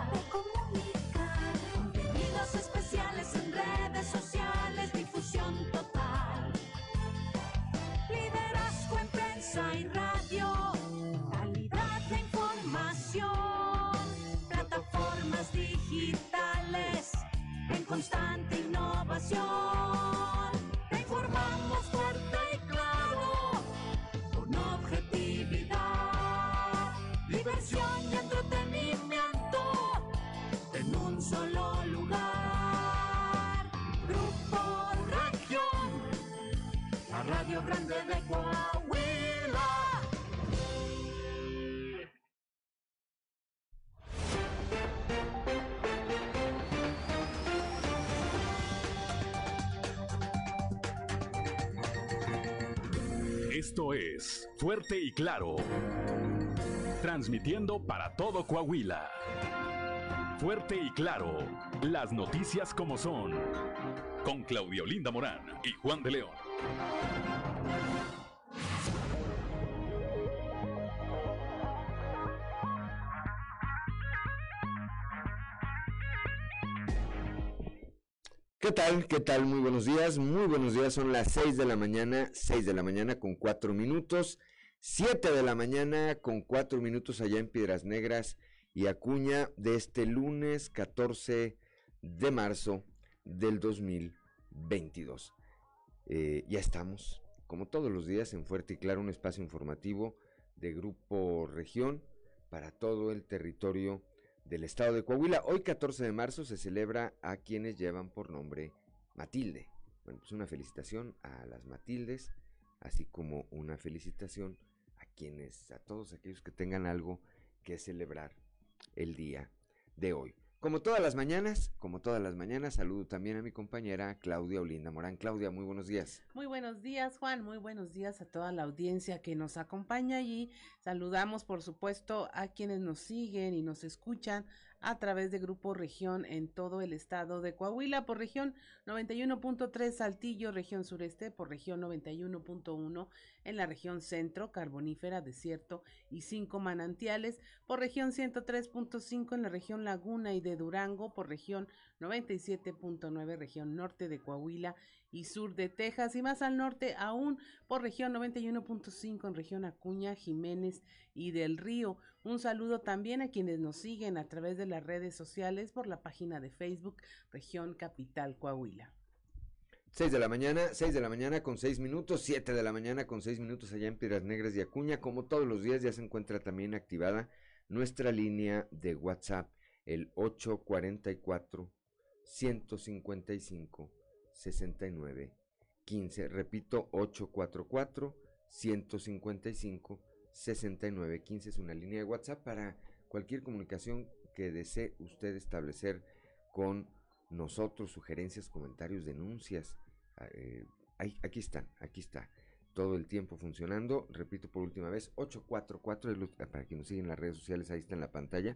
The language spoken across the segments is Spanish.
de comunicar. Contenidos especiales en redes sociales, difusión total. Liderazgo en prensa y radio, calidad de información. Plataformas digitales en constante innovación. Te informamos fuerte y claro, con objetividad, diversión y entretenimiento en un solo lugar. Grupo Región, la radio grande de Coahuila. Esto es Fuerte y Claro, transmitiendo para todo Coahuila. Fuerte y Claro, las noticias como son, con Claudia Olinda Morán y Juan de León. ¿Qué tal? ¿Qué tal? Muy buenos días, son las 6 de la mañana, 6 de la mañana con 4 minutos, 7 de la mañana con 4 minutos allá en Piedras Negras y Acuña de este lunes 14 de marzo del 2022. Ya estamos, como todos los días, en Fuerte y Claro, un espacio informativo de Grupo Región para todo el territorio del estado de Coahuila. Hoy 14 de marzo se celebra a quienes llevan por nombre Matilde. Bueno, pues una felicitación a las Matildes, así como una felicitación a todos aquellos que tengan algo que celebrar el día de hoy. Como todas las mañanas, saludo también a mi compañera Claudia Olinda Morán. Claudia, muy buenos días. Muy buenos días, Juan, muy buenos días a toda la audiencia que nos acompaña y saludamos, por supuesto, a quienes nos siguen y nos escuchan a través de Grupo Región en todo el estado de Coahuila, por región 91.3 Saltillo, región sureste, por región 91.1 en la región centro, carbonífera, desierto y 5 manantiales, por región 103.5 en la región Laguna y de Durango, por región 97.9 región norte de Coahuila y sur de Texas, y más al norte aún por región 91.5 en región Acuña, Jiménez y del Río. Un saludo también a quienes nos siguen a través de las redes sociales por la página de Facebook Región Capital Coahuila. 6 de la mañana con 6 minutos, 7 de la mañana con 6 minutos allá en Piedras Negras y Acuña. Como todos los días ya se encuentra también activada nuestra línea de WhatsApp, el 844-155-6915. Repito, 844-155-6915 es una línea de WhatsApp para cualquier comunicación que desee usted establecer con nosotros, sugerencias, comentarios, denuncias. Aquí está todo el tiempo funcionando. Repito por última vez, 844, para quien nos sigue en las redes sociales, ahí está en la pantalla,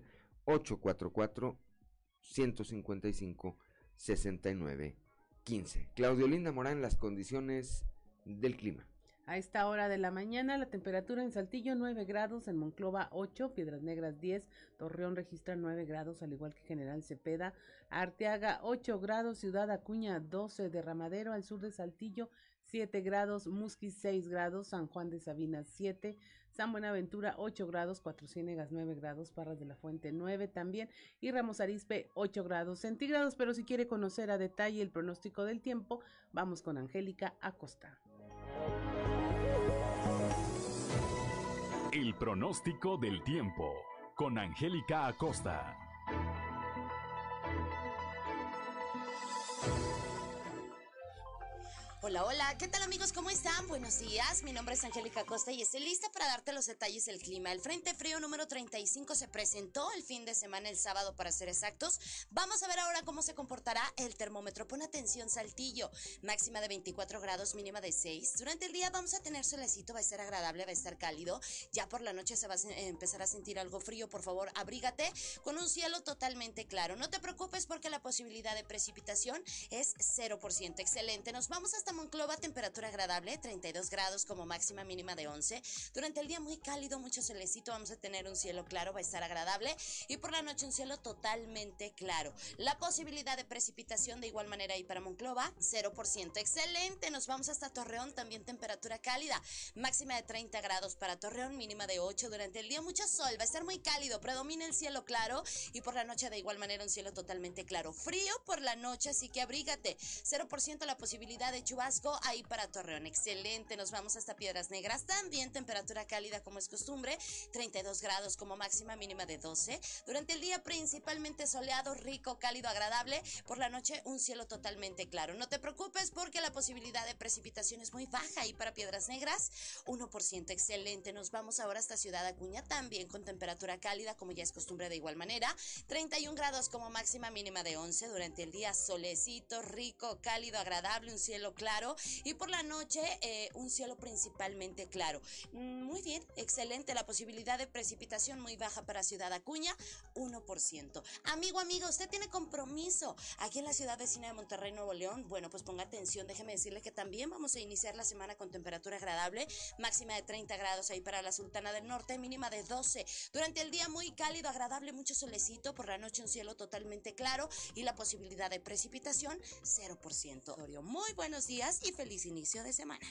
844-155-6915. Claudia Olinda Morán, las condiciones del clima. A esta hora de la mañana, la temperatura en Saltillo 9 grados, en Monclova 8, Piedras Negras 10, Torreón registra 9 grados, al igual que General Cepeda, Arteaga 8 grados, Ciudad Acuña 12, Derramadero al sur de Saltillo 7 grados, Musquis 6 grados, San Juan de Sabinas 7, San Buenaventura 8 grados, Cuatro Ciénegas 9 grados, Parras de la Fuente 9 también, y Ramos Arizpe 8 grados centígrados. Pero si quiere conocer a detalle el pronóstico del tiempo, vamos con Angélica Acosta. El pronóstico del tiempo con Angélica Acosta. Hola, hola, ¿qué tal amigos? ¿Cómo están? Buenos días, mi nombre es Angélica Costa y estoy lista para darte los detalles del clima. El Frente Frío número 35 se presentó el fin de semana, el sábado para ser exactos. Vamos a ver ahora cómo se comportará el termómetro. Pon atención, Saltillo, máxima de 24 grados, mínima de 6. Durante el día vamos a tener solecito, va a ser agradable, va a estar cálido. Ya por la noche se va a empezar a sentir algo frío, por favor, abrígate con un cielo totalmente claro. No te preocupes porque la posibilidad de precipitación es 0%. Excelente, nos vamos hasta hasta Monclova, temperatura agradable, 32 grados como máxima, mínima de 11. Durante el día muy cálido, mucho solecito, vamos a tener un cielo claro, va a estar agradable. Y por la noche un cielo totalmente claro. La posibilidad de precipitación de igual manera ahí para Monclova, 0%. Excelente, nos vamos hasta Torreón, también temperatura cálida. Máxima de 30 grados para Torreón, mínima de 8. Durante el día mucho sol, va a estar muy cálido, predomina el cielo claro. Y por la noche de igual manera un cielo totalmente claro. Frío por la noche, así que abrígate. 0% la posibilidad de chubasco ahí para Torreón. Excelente, nos vamos hasta Piedras Negras, también temperatura cálida como es costumbre, 32 grados como máxima, mínima de 12. Durante el día principalmente soleado, rico, cálido, agradable. Por la noche un cielo totalmente claro. No te preocupes porque la posibilidad de precipitación es muy baja ahí para Piedras Negras, 1%. Excelente, nos vamos ahora hasta Ciudad Acuña, también con temperatura cálida como ya es costumbre de igual manera, 31 grados como máxima, mínima de 11. Durante el día solecito, rico, cálido, agradable, un cielo claro. Y por la noche un cielo principalmente claro. Muy bien, excelente, la posibilidad de precipitación muy baja para Ciudad Acuña, 1%. Amigo, amiga, usted tiene compromiso aquí en la ciudad vecina de Monterrey, Nuevo León. Bueno, pues ponga atención, déjeme decirle que también vamos a iniciar la semana con temperatura agradable, máxima de 30 grados ahí para la Sultana del Norte, mínima de 12. Durante el día muy cálido, agradable, mucho solecito. Por la noche un cielo totalmente claro y la posibilidad de precipitación 0%. Muy buenos días y feliz inicio de semana.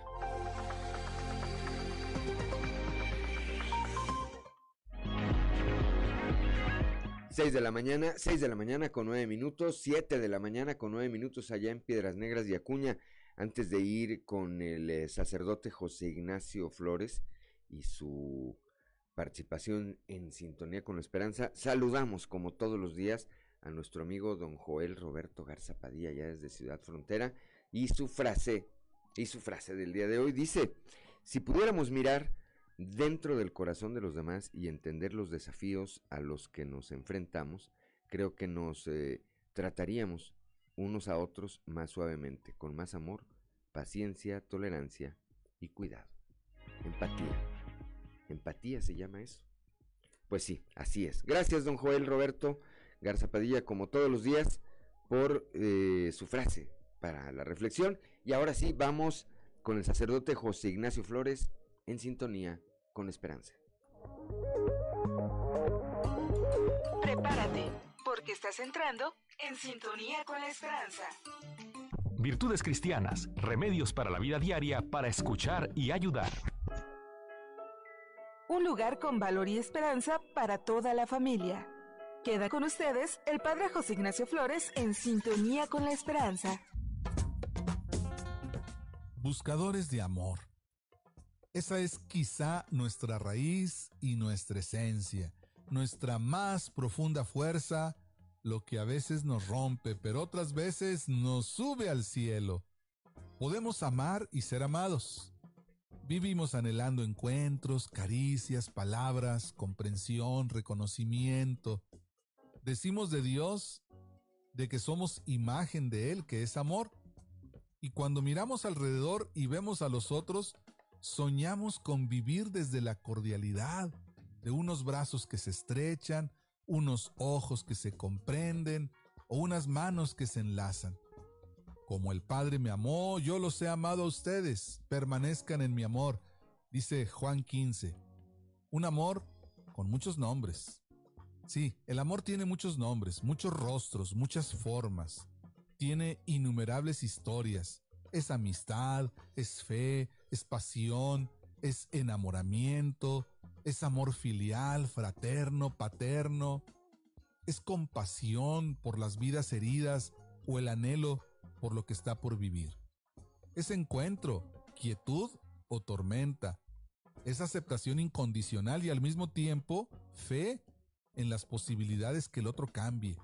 6 de la mañana con 9 minutos, 7 de la mañana con 9 minutos allá en Piedras Negras y Acuña. Antes de ir con el sacerdote José Ignacio Flores y su participación en Sintonía con la Esperanza, saludamos como todos los días a nuestro amigo don Joel Roberto Garza Padilla, ya desde Ciudad Frontera, y su frase del día de hoy dice: si pudiéramos mirar dentro del corazón de los demás y entender los desafíos a los que nos enfrentamos, creo que nos trataríamos unos a otros más suavemente, con más amor, paciencia, tolerancia y cuidado. Empatía se llama eso. Pues sí, así es. Gracias, don Joel Roberto Garza Padilla, como todos los días, por su frase para la reflexión. Y ahora sí, vamos con el sacerdote José Ignacio Flores en Sintonía con Esperanza. Prepárate, porque estás entrando en Sintonía con la Esperanza. Virtudes cristianas, remedios para la vida diaria, para escuchar y ayudar. Un lugar con valor y esperanza para toda la familia. Queda con ustedes el Padre José Ignacio Flores en Sintonía con la Esperanza. Buscadores de amor. Esa es quizá nuestra raíz y nuestra esencia, nuestra más profunda fuerza, lo que a veces nos rompe, pero otras veces nos sube al cielo. Podemos amar y ser amados. Vivimos anhelando encuentros, caricias, palabras, comprensión, reconocimiento. Decimos de Dios, de que somos imagen de Él, que es amor. Y cuando miramos alrededor y vemos a los otros, soñamos con vivir desde la cordialidad, de unos brazos que se estrechan, unos ojos que se comprenden o unas manos que se enlazan. Como el Padre me amó, yo los he amado a ustedes, permanezcan en mi amor, dice Juan 15. Un amor con muchos nombres. Sí, el amor tiene muchos nombres, muchos rostros, muchas formas. Tiene innumerables historias. Es amistad, es fe, es pasión, es enamoramiento, es amor filial, fraterno, paterno. Es compasión por las vidas heridas o el anhelo por lo que está por vivir. Es encuentro, quietud o tormenta. Es aceptación incondicional y al mismo tiempo fe en las posibilidades que el otro cambie.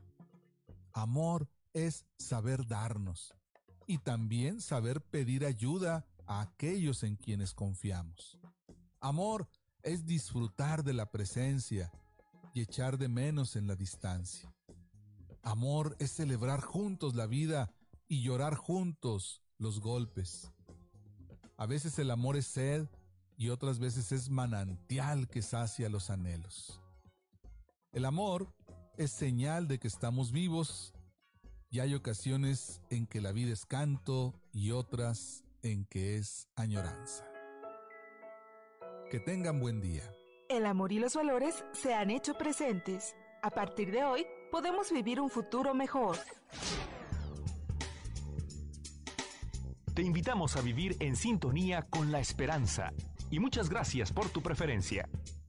Amor es saber darnos y también saber pedir ayuda a aquellos en quienes confiamos. Amor es disfrutar de la presencia y echar de menos en la distancia. Amor es celebrar juntos la vida y llorar juntos los golpes. A veces el amor es sed y otras veces es manantial que sacia los anhelos. El amor es señal de que estamos vivos y hay ocasiones en que la vida es canto y otras en que es añoranza. Que tengan buen día. El amor y los valores se han hecho presentes. A partir de hoy, podemos vivir un futuro mejor. Te invitamos a vivir en sintonía con la esperanza y muchas gracias por tu preferencia.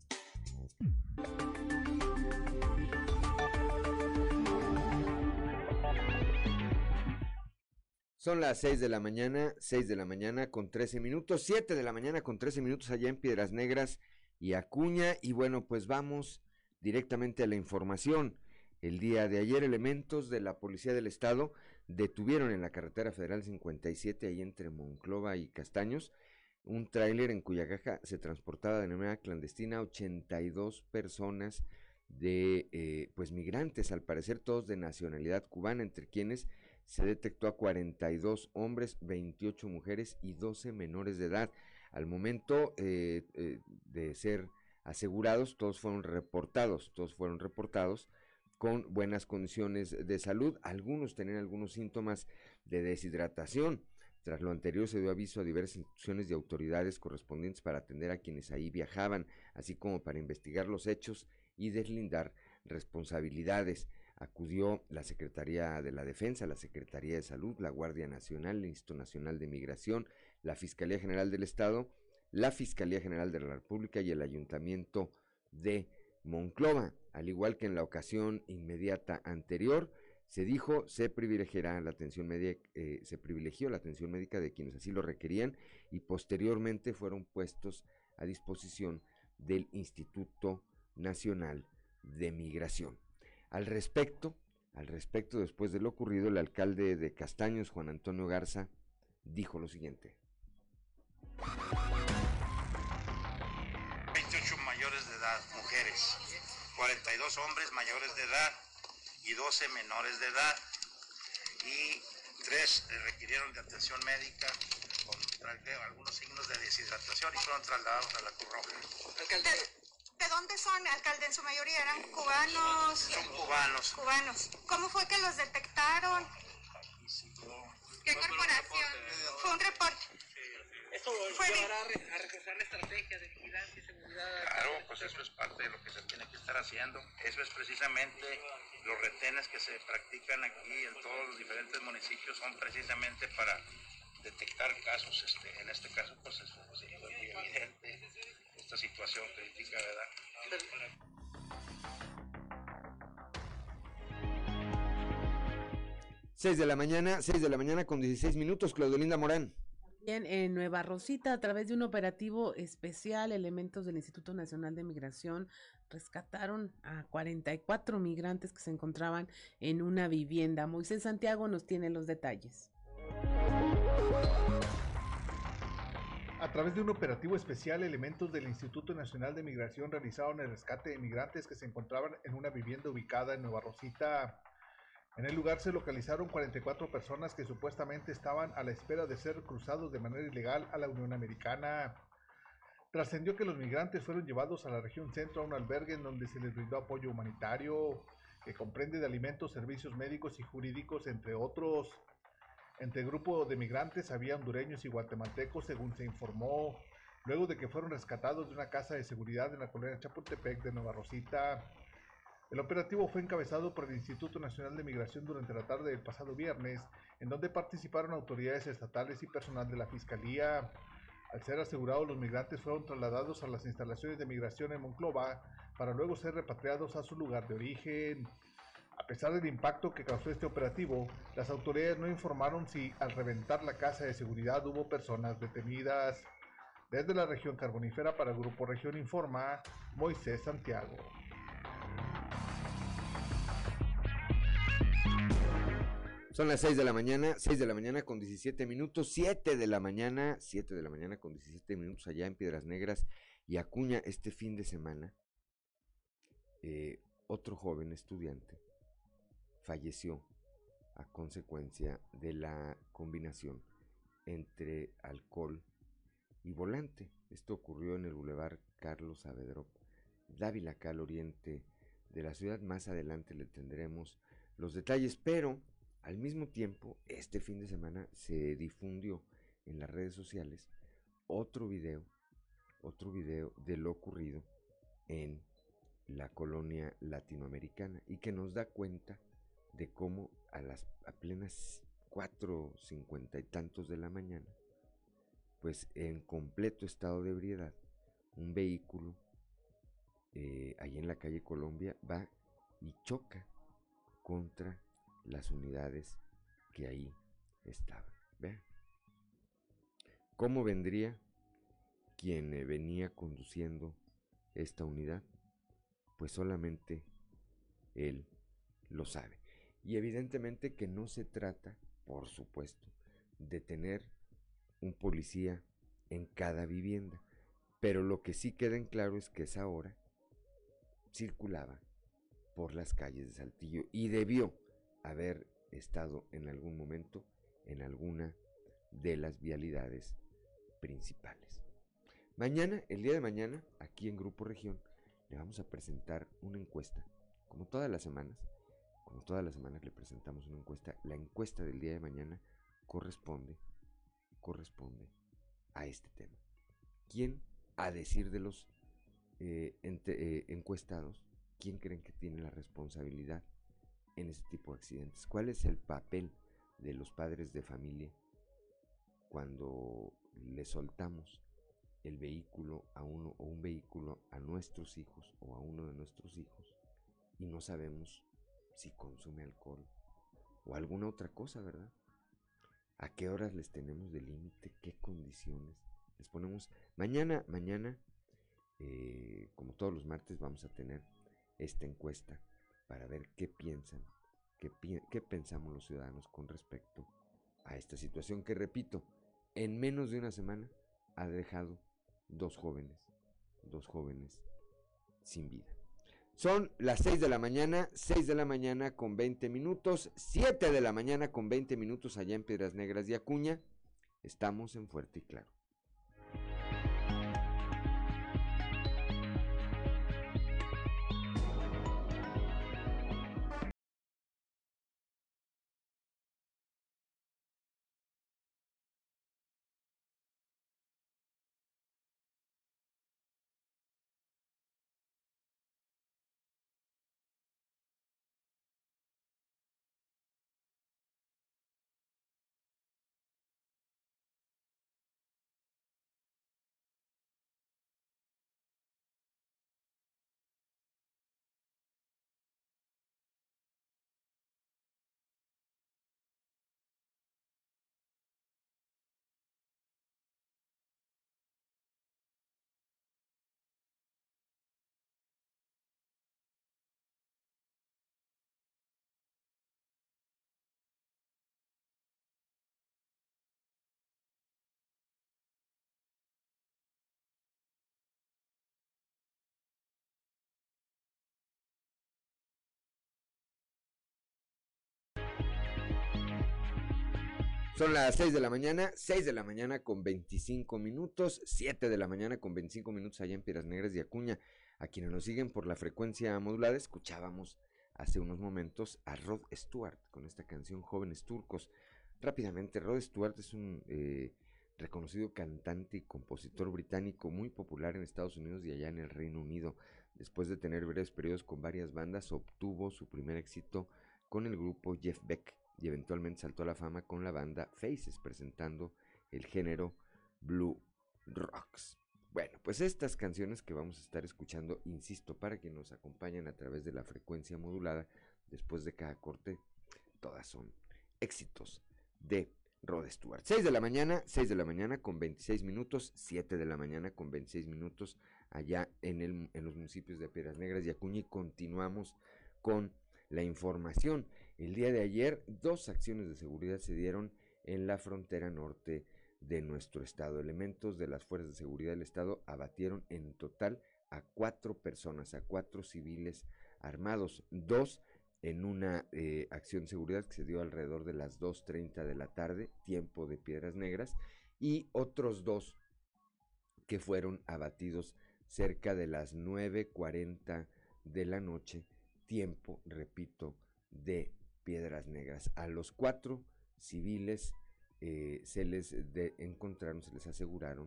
Son las 6 de la mañana con 13 minutos, 7 de la mañana con 13 minutos allá en Piedras Negras y Acuña. Y bueno, pues vamos directamente a la información. El día de ayer, elementos de la Policía del Estado detuvieron en la carretera federal 57, ahí entre Monclova y Castaños, un tráiler en cuya caja se transportaba de manera clandestina 82 personas de, pues migrantes, al parecer todos de nacionalidad cubana, entre quienes se detectó a 42 hombres, 28 mujeres y 12 menores de edad. Al momento de ser asegurados, todos fueron reportados con buenas condiciones de salud. Algunos tenían algunos síntomas de deshidratación. Tras lo anterior, se dio aviso a diversas instituciones y autoridades correspondientes para atender a quienes ahí viajaban, así como para investigar los hechos y deslindar responsabilidades. Acudió la Secretaría de la Defensa, la Secretaría de Salud, la Guardia Nacional, el Instituto Nacional de Migración, la Fiscalía General del Estado, la Fiscalía General de la República y el Ayuntamiento de Monclova. Al igual que en la ocasión inmediata anterior, se privilegió la atención médica de quienes así lo requerían y posteriormente fueron puestos a disposición del Instituto Nacional de Migración. Al respecto, después de lo ocurrido, el alcalde de Castaños, Juan Antonio Garza, dijo lo siguiente. 28 mayores de edad, mujeres, 42 hombres mayores de edad y 12 menores de edad, y 3 requirieron de atención médica con algunos signos de deshidratación y fueron trasladados a la Cruz Roja. Alcalde, ¿de dónde son, alcalde? En su mayoría eran cubanos. Son cubanos. Cubanos. ¿Cómo fue que los detectaron? ¿Qué corporación? Fue un reporte. ¿Esto llevará a reforzar la estrategia de vigilancia y seguridad? Claro, pues eso es parte de lo que se tiene que estar haciendo. Eso es precisamente los retenes que se practican aquí en todos los diferentes municipios, son precisamente para detectar casos. En este caso, pues es muy evidente esta situación crítica, ¿verdad? 6 de la mañana con 16 minutos, Claudelinda Morán. Bien, en Nueva Rosita, a través de un operativo especial, elementos del Instituto Nacional de Migración rescataron a 44 migrantes que se encontraban en una vivienda. Moisés Santiago nos tiene los detalles. A través de un operativo especial, elementos del Instituto Nacional de Migración realizaron el rescate de migrantes que se encontraban en una vivienda ubicada en Nueva Rosita. En el lugar se localizaron 44 personas que supuestamente estaban a la espera de ser cruzados de manera ilegal a la Unión Americana. Trascendió que los migrantes fueron llevados a la región centro a un albergue en donde se les brindó apoyo humanitario, que comprende de alimentos, servicios médicos y jurídicos, entre otros. Entre el grupo de migrantes había hondureños y guatemaltecos, según se informó, luego de que fueron rescatados de una casa de seguridad en la colonia Chapultepec de Nueva Rosita. El operativo fue encabezado por el Instituto Nacional de Migración durante la tarde del pasado viernes, en donde participaron autoridades estatales y personal de la Fiscalía. Al ser asegurados, los migrantes fueron trasladados a las instalaciones de migración en Monclova para luego ser repatriados a su lugar de origen. A pesar del impacto que causó este operativo, las autoridades no informaron si al reventar la casa de seguridad hubo personas detenidas. Desde la región carbonífera para el Grupo Región Informa, Moisés Santiago. Son las 6 de la mañana con 17 minutos, 7 de la mañana con 17 minutos allá en Piedras Negras y Acuña. Este fin de semana, otro joven estudiante falleció a consecuencia de la combinación entre alcohol y volante. Esto ocurrió en el Boulevard Carlos Saavedra Dávila, acá al oriente de la ciudad. Más adelante le tendremos los detalles, pero Al mismo tiempo, este fin de semana se difundió en las redes sociales otro video, de lo ocurrido en la colonia latinoamericana y que nos da cuenta de cómo a plenas 4:50 y tantos de la mañana, pues en completo estado de ebriedad, un vehículo ahí en la calle Colombia va y choca contra las unidades que ahí estaban. Vean cómo vendría quien venía conduciendo esta unidad, pues solamente él lo sabe. Y evidentemente que no se trata, por supuesto, de tener un policía en cada vivienda, pero lo que sí queda en claro es que esa hora circulaba por las calles de Saltillo y debió haber estado en algún momento en alguna de las vialidades principales. Mañana, el día de mañana, aquí en Grupo Región, le vamos a presentar una encuesta. Como todas las semanas le presentamos una encuesta. La encuesta del día de mañana corresponde a este tema. ¿Quién, a decir de los encuestados, quién creen que tiene la responsabilidad en este tipo de accidentes? ¿Cuál es el papel de los padres de familia cuando le soltamos el vehículo a uno o un vehículo a nuestros hijos o a uno de nuestros hijos y no sabemos si consume alcohol o alguna otra cosa, ¿verdad? ¿A qué horas les tenemos de límite? ¿Qué condiciones les ponemos? Mañana, como todos los martes, vamos a tener esta encuesta para ver qué piensan, qué pensamos los ciudadanos con respecto a esta situación que, repito, en menos de una semana ha dejado dos jóvenes sin vida. Son las 6 de la mañana con 20 minutos, 7 de la mañana con 20 minutos allá en Piedras Negras de Acuña. Estamos en Fuerte y Claro. Son las 6 de la mañana con 25 minutos, 7 de la mañana con 25 minutos allá en Piedras Negras de Acuña. A quienes nos siguen por la frecuencia modulada, escuchábamos hace unos momentos a Rod Stewart con esta canción Jóvenes Turcos. Rápidamente, Rod Stewart es un reconocido cantante y compositor británico muy popular en Estados Unidos y allá en el Reino Unido. Después de tener breves periodos con varias bandas, obtuvo su primer éxito con el grupo Jeff Beck y eventualmente saltó a la fama con la banda Faces, presentando el género Blue Rocks. Bueno, pues estas canciones que vamos a estar escuchando, insisto, para que nos acompañen a través de la frecuencia modulada, después de cada corte, todas son éxitos de Rod Stewart. 6 de la mañana con 26 minutos, 7 de la mañana con 26 minutos, allá en los municipios de Piedras Negras y Acuña, y continuamos con la información. El día de ayer, 2 acciones de seguridad se dieron en la frontera norte de nuestro estado. Elementos de las fuerzas de seguridad del estado abatieron en total a 4 personas, a 4 civiles armados, 2 en una acción de seguridad que se dio alrededor de las 2:30 de la tarde, tiempo de Piedras Negras, y otros 2 que fueron abatidos cerca de las 9:40 de la noche, tiempo, repito, de Piedras Negras. A los 4 civiles se les encontraron, se les aseguraron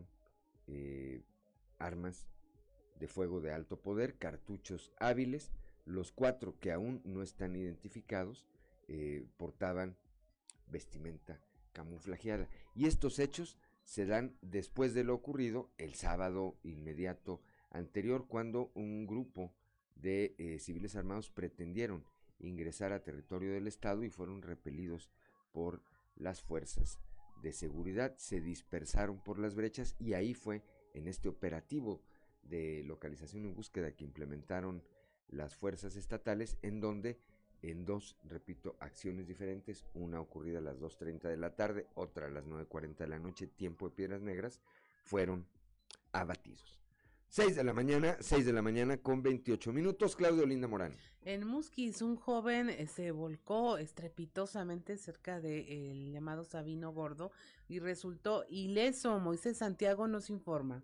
armas de fuego de alto poder, cartuchos hábiles. Los 4 que aún no están identificados portaban vestimenta camuflajeada. Y estos hechos se dan después de lo ocurrido el sábado inmediato anterior, cuando un grupo de civiles armados pretendieron ingresar a territorio del estado y fueron repelidos por las fuerzas de seguridad. Se dispersaron por las brechas y ahí fue en este operativo de localización y búsqueda que implementaron las fuerzas estatales, en donde en 2, repito, acciones diferentes, una ocurrida a las 2:30 de la tarde, otra a las 9:40 de la noche, tiempo de Piedras Negras, fueron abatidos. 6 de la mañana con 28 minutos, Claudio Linda Morán. En Musquis, un joven se volcó estrepitosamente cerca del llamado Sabino Gordo y resultó ileso. Moisés Santiago nos informa.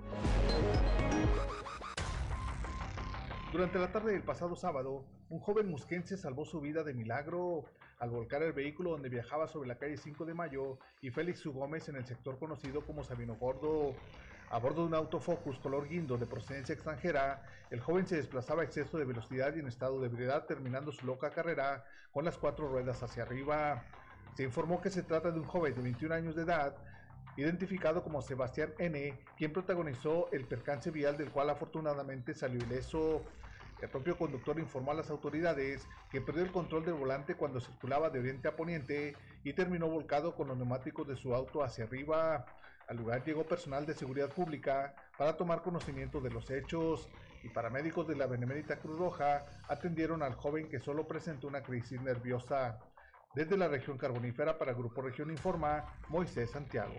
Durante la tarde del pasado sábado, un joven musquense salvó su vida de milagro al volcar el vehículo donde viajaba sobre la calle 5 de Mayo y Félix U. Gómez en el sector conocido como Sabino Gordo. A bordo de un auto Focus color guindo de procedencia extranjera, el joven se desplazaba a exceso de velocidad y en estado de ebriedad, terminando su loca carrera con las 4 ruedas hacia arriba. Se informó que se trata de un joven de 21 años de edad, identificado como Sebastián N., quien protagonizó el percance vial del cual afortunadamente salió ileso. El propio conductor informó a las autoridades que perdió el control del volante cuando circulaba de oriente a poniente y terminó volcado con los neumáticos de su auto hacia arriba. Al lugar llegó personal de seguridad pública para tomar conocimiento de los hechos y paramédicos de la Benemérita Cruz Roja atendieron al joven, que solo presentó una crisis nerviosa. Desde la región carbonífera para Grupo Región informa Moisés Santiago.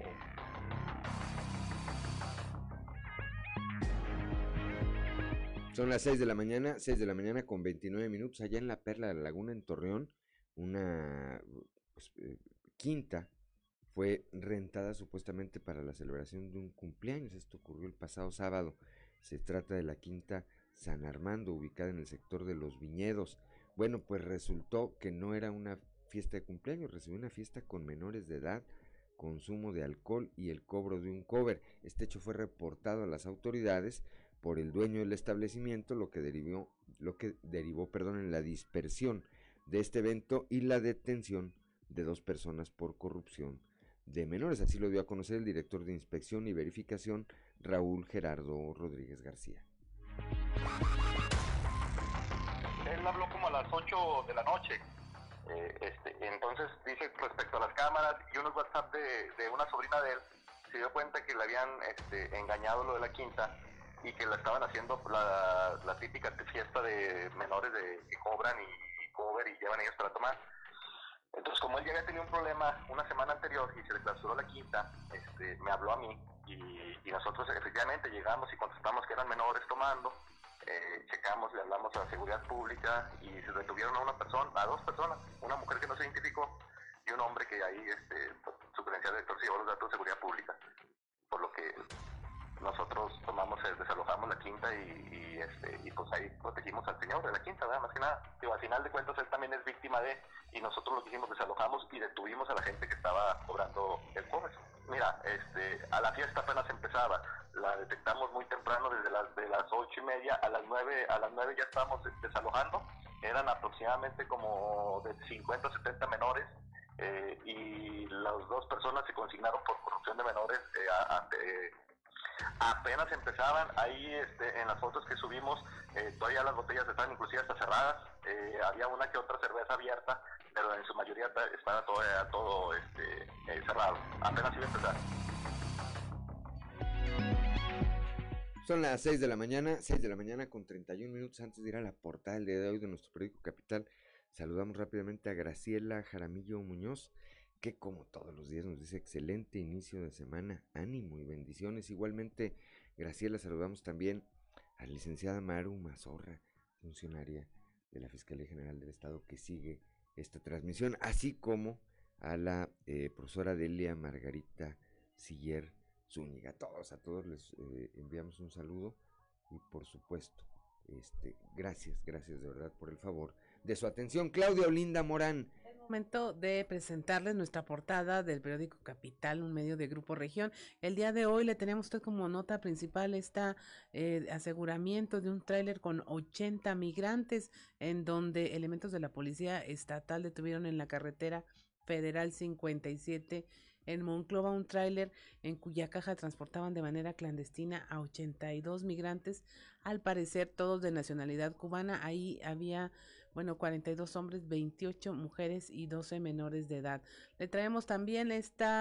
Son las 6 de la mañana con 29 minutos, allá en la Perla de la Laguna, en Torreón, una quinta fue rentada supuestamente para la celebración de un cumpleaños. Esto ocurrió el pasado sábado. Se trata de la Quinta San Armando, ubicada en el sector de Los Viñedos. Bueno, pues resultó que no era una fiesta de cumpleaños, recibió una fiesta con menores de edad, consumo de alcohol y el cobro de un cover. Este hecho fue reportado a las autoridades por el dueño del establecimiento, lo que derivó en la dispersión de este evento y la detención de 2 personas por corrupción de menores. Así lo dio a conocer el director de Inspección y Verificación, Raúl Gerardo Rodríguez García. Él habló como a las 8 de la noche. Entonces dice, respecto a las cámaras y unos WhatsApp de una sobrina de él, se dio cuenta que le habían engañado lo de la quinta y que la estaban haciendo la típica fiesta de menores que cobran y cover y llevan ellos para tomar. Entonces, como él ya había tenido un problema una semana anterior y se le clausuró la quinta, me habló a mí y nosotros efectivamente llegamos y contestamos que eran menores tomando. Checamos, le hablamos a la seguridad pública y se detuvieron a 2 personas, una mujer que no se identificó y un hombre que ahí su credencial de lector se llevó los datos de seguridad pública, por lo que nosotros desalojamos la quinta y pues ahí protegimos al señor de la quinta, ¿verdad? Más que nada. Digo, al final de cuentas él también es víctima y nosotros lo que hicimos, desalojamos y detuvimos a la gente que estaba cobrando el cover. Mira, a la fiesta apenas empezaba, la detectamos muy temprano, desde las 8:30 a las 9 ya estábamos desalojando. Eran aproximadamente como de 50 a 70 menores, y las 2 personas se consignaron por corrupción de menores. Apenas empezaban, ahí en las fotos que subimos, todavía las botellas estaban inclusive hasta cerradas, había una que otra cerveza abierta, pero en su mayoría estaba todo cerrado, apenas iba a empezar. Son las 6 de la mañana con 31 minutos. Antes de ir a la portada del día de hoy de nuestro periódico Capital, saludamos rápidamente a Graciela Jaramillo Muñoz, que como todos los días nos dice excelente inicio de semana, ánimo y bendiciones. Igualmente, Graciela, saludamos también a la licenciada Maru Mazorra, funcionaria de la Fiscalía General del Estado, que sigue esta transmisión, así como a la profesora Delia Margarita Siller Zúñiga. A todos les enviamos un saludo y por supuesto, gracias de verdad por el favor de su atención. Claudia Olinda Morán. Momento de presentarles nuestra portada del periódico Capital, un medio de Grupo Región. El día de hoy le tenemos usted como nota principal aseguramiento de un tráiler con 80 migrantes, en donde elementos de la policía estatal detuvieron en la carretera federal 57 en Monclova un tráiler en cuya caja transportaban de manera clandestina a 82 migrantes, al parecer todos de nacionalidad cubana. Ahí había 42 hombres, 28 mujeres y 12 menores de edad. Le traemos también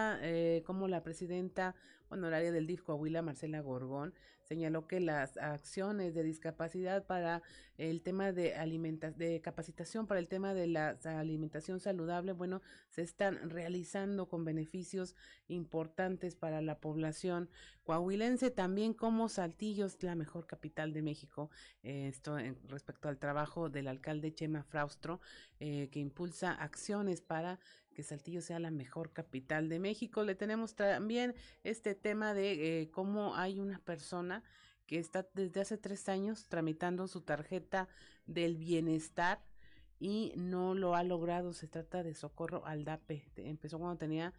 como la presidenta honoraria del DIF Coahuila, Marcela Gorgón, señaló que las acciones de discapacidad para el tema de capacitación para el tema de la alimentación saludable, se están realizando con beneficios importantes para la población coahuilense, también como Saltillo es la mejor capital de México. Respecto al trabajo del alcalde Chema Fraustro, que impulsa acciones para que Saltillo sea la mejor capital de México. Le tenemos también este tema de cómo hay una persona que está desde hace 3 años tramitando su tarjeta del bienestar y no lo ha logrado. Se trata de Socorro Aldape. Empezó cuando tenía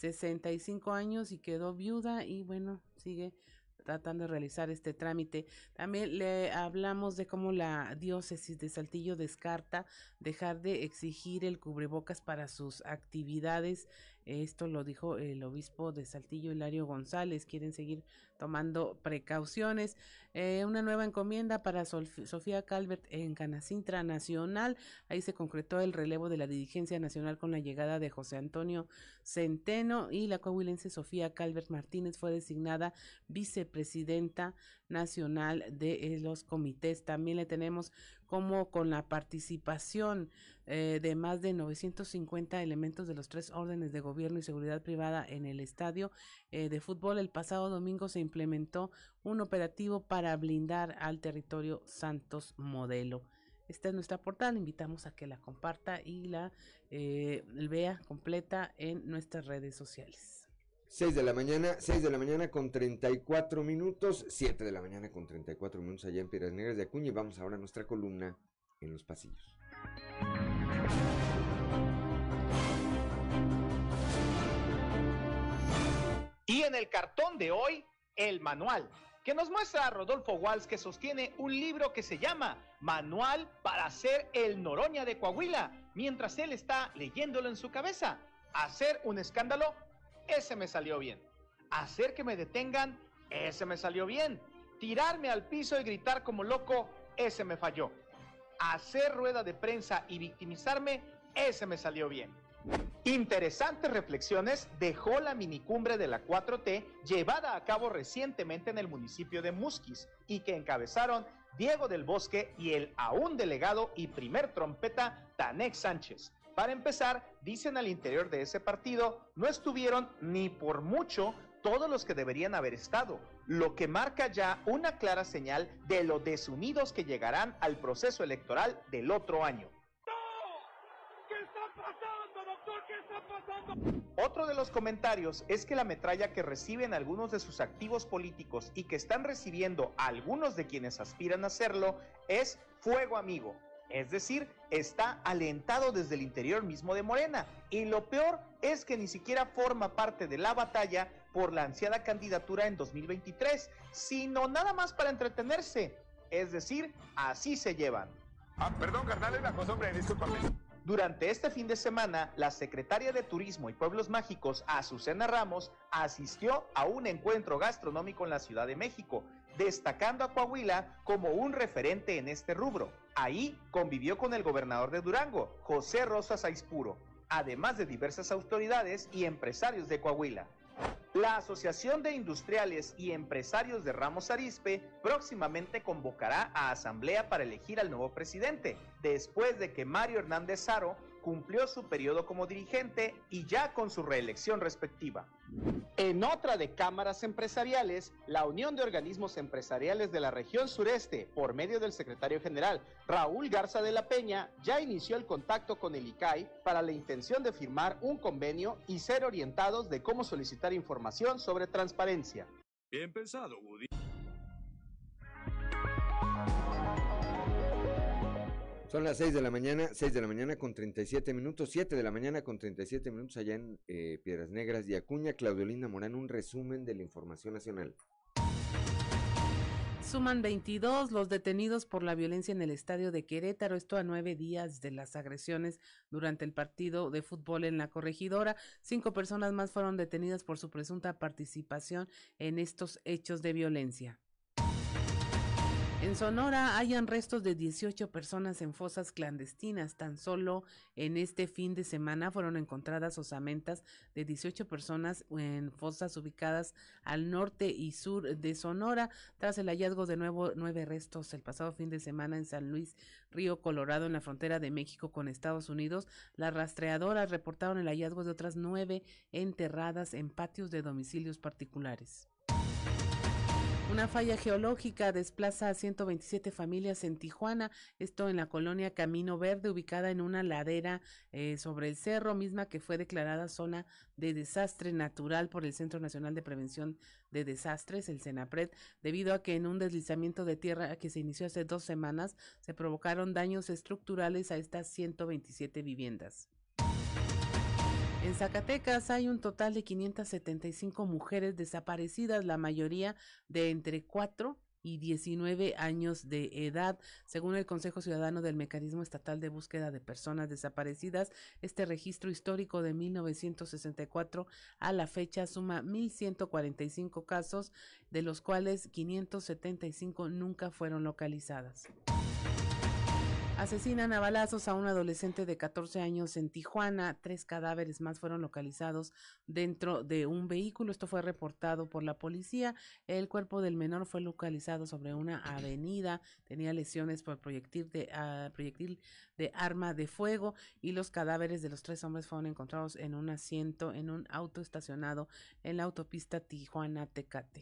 65 años y quedó viuda y sigue tratando de realizar este trámite. También le hablamos de cómo la diócesis de Saltillo descarta dejar de exigir el cubrebocas para sus actividades. Esto lo dijo el obispo de Saltillo, Hilario González. Quieren seguir tomando precauciones. Una nueva encomienda para Sofía Calvert en Canacintra Nacional. Ahí se concretó el relevo de la dirigencia nacional con la llegada de José Antonio Centeno, y la coahuilense Sofía Calvert Martínez fue designada vicepresidenta nacional de los comités. También le tenemos como con la participación de más de 950 elementos de los 3 órdenes de gobierno y seguridad privada en el estadio de fútbol. El pasado domingo se implementó un operativo para blindar al territorio Santos Modelo. Esta es nuestra portada, le invitamos a que la comparta y la vea completa en nuestras redes sociales. 6 de la mañana con 34 minutos, 7 de la mañana con 34 minutos allá en Piedras Negras de Acuña, y vamos ahora a nuestra columna en los pasillos. Y en el cartón de hoy, el manual, que nos muestra a Rodolfo Walsh, que sostiene un libro que se llama Manual para ser el Noroña de Coahuila, mientras él está leyéndolo en su cabeza. Hacer un escándalo, ese me salió bien. Hacer que me detengan, ese me salió bien. Tirarme al piso y gritar como loco, ese me falló. Hacer rueda de prensa y victimizarme, ese me salió bien. Interesantes reflexiones dejó la minicumbre de la 4T llevada a cabo recientemente en el municipio de Musquis, y que encabezaron Diego del Bosque y el aún delegado y primer trompeta Tanex Sánchez. Para empezar, dicen al interior de ese partido, no estuvieron ni por mucho todos los que deberían haber estado, lo que marca ya una clara señal de lo desunidos que llegarán al proceso electoral del otro año. ¿Qué está pasando, doctor? ¿Qué está pasando? Otro de los comentarios es que la metralla que reciben algunos de sus activos políticos y que están recibiendo algunos de quienes aspiran a hacerlo es fuego amigo. Es decir, está alentado desde el interior mismo de Morena, y lo peor es que ni siquiera forma parte de la batalla por la ansiada candidatura en 2023, sino nada más para entretenerse. Es decir, así se llevan. Perdón, carnal, es la cosa, hombre, discúlpame. Durante este fin de semana, la secretaria de Turismo y Pueblos Mágicos, Azucena Ramos, asistió a un encuentro gastronómico en la Ciudad de México, destacando a Coahuila como un referente en este rubro. Ahí convivió con el gobernador de Durango, José Rosas Aispuro, además de diversas autoridades y empresarios de Coahuila. La Asociación de Industriales y Empresarios de Ramos Arizpe próximamente convocará a asamblea para elegir al nuevo presidente, después de que Mario Hernández Saro cumplió su periodo como dirigente y ya con su reelección respectiva. En otra de cámaras empresariales, la Unión de Organismos Empresariales de la Región Sureste, por medio del secretario general Raúl Garza de la Peña, ya inició el contacto con el ICAI para la intención de firmar un convenio y ser orientados de cómo solicitar información sobre transparencia. Bien pensado, Woody. Son las 6 de la mañana con 37 minutos, 7 de la mañana con 37 minutos allá en Piedras Negras y Acuña. Claudio Linda Morán, un resumen de la información nacional. Suman 22 los detenidos por la violencia en el estadio de Querétaro, esto a 9 días de las agresiones durante el partido de fútbol en la Corregidora. 5 personas más fueron detenidas por su presunta participación en estos hechos de violencia. En Sonora hayan restos de 18 personas en fosas clandestinas. Tan solo en este fin de semana fueron encontradas osamentas de 18 personas en fosas ubicadas al norte y sur de Sonora, tras el hallazgo de 9 restos el pasado fin de semana en San Luis Río Colorado, en la frontera de México con Estados Unidos. Las rastreadoras reportaron el hallazgo de otras 9 enterradas en patios de domicilios particulares. Una falla geológica desplaza a 127 familias en Tijuana, esto en la colonia Camino Verde, ubicada en una ladera sobre el cerro, misma que fue declarada zona de desastre natural por el Centro Nacional de Prevención de Desastres, el CENAPRED, debido a que en un deslizamiento de tierra que se inició hace 2 semanas, se provocaron daños estructurales a estas 127 viviendas. En Zacatecas hay un total de 575 mujeres desaparecidas, la mayoría de entre 4 y 19 años de edad. Según el Consejo Ciudadano del Mecanismo Estatal de Búsqueda de Personas Desaparecidas, este registro histórico de 1964 a la fecha suma 1,145 casos, de los cuales 575 nunca fueron localizadas. Asesinan a balazos a un adolescente de 14 años en Tijuana. 3 cadáveres más fueron localizados dentro de un vehículo. Esto fue reportado por la policía. El cuerpo del menor fue localizado sobre una avenida. Tenía lesiones por proyectil de arma de fuego, y los cadáveres de los 3 hombres fueron encontrados en un asiento en un auto estacionado en la autopista Tijuana-Tecate.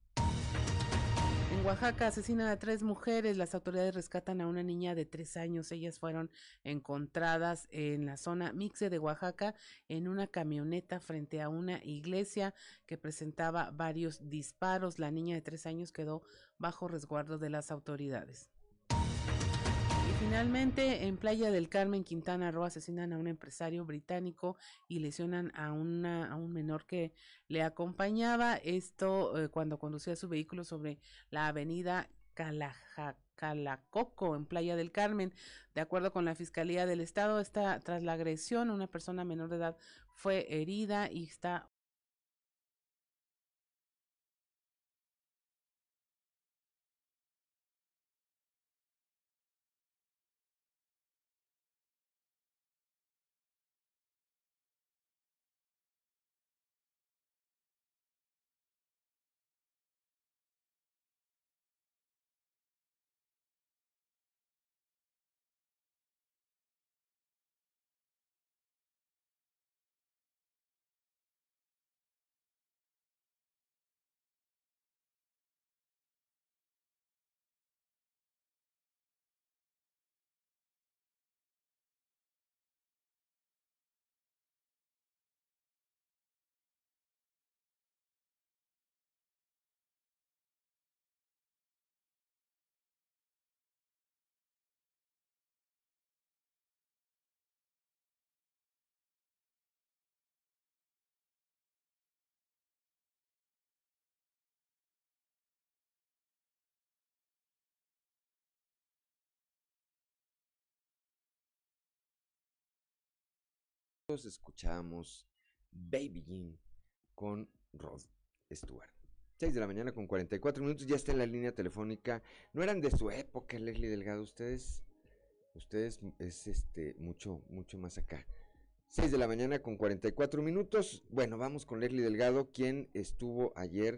En Oaxaca asesinan a 3 mujeres. Las autoridades rescatan a una niña de 3 años. Ellas fueron encontradas en la zona Mixe de Oaxaca en una camioneta frente a una iglesia que presentaba varios disparos. La niña de 3 años quedó bajo resguardo de las autoridades. Y finalmente, en Playa del Carmen, Quintana Roo, asesinan a un empresario británico y lesionan a un menor que le acompañaba. Esto cuando conducía su vehículo sobre la avenida Calacoco en Playa del Carmen. De acuerdo con la Fiscalía del Estado, tras la agresión, una persona menor de edad fue herida y está Escuchamos Baby Jean con Rod Stewart. 6 de la mañana con 44 minutos, ya está en la línea telefónica. No eran de su época, Leslie Delgado, ustedes es mucho más acá. 6 de la mañana con 44 minutos. Bueno, vamos con Leslie Delgado, quien estuvo ayer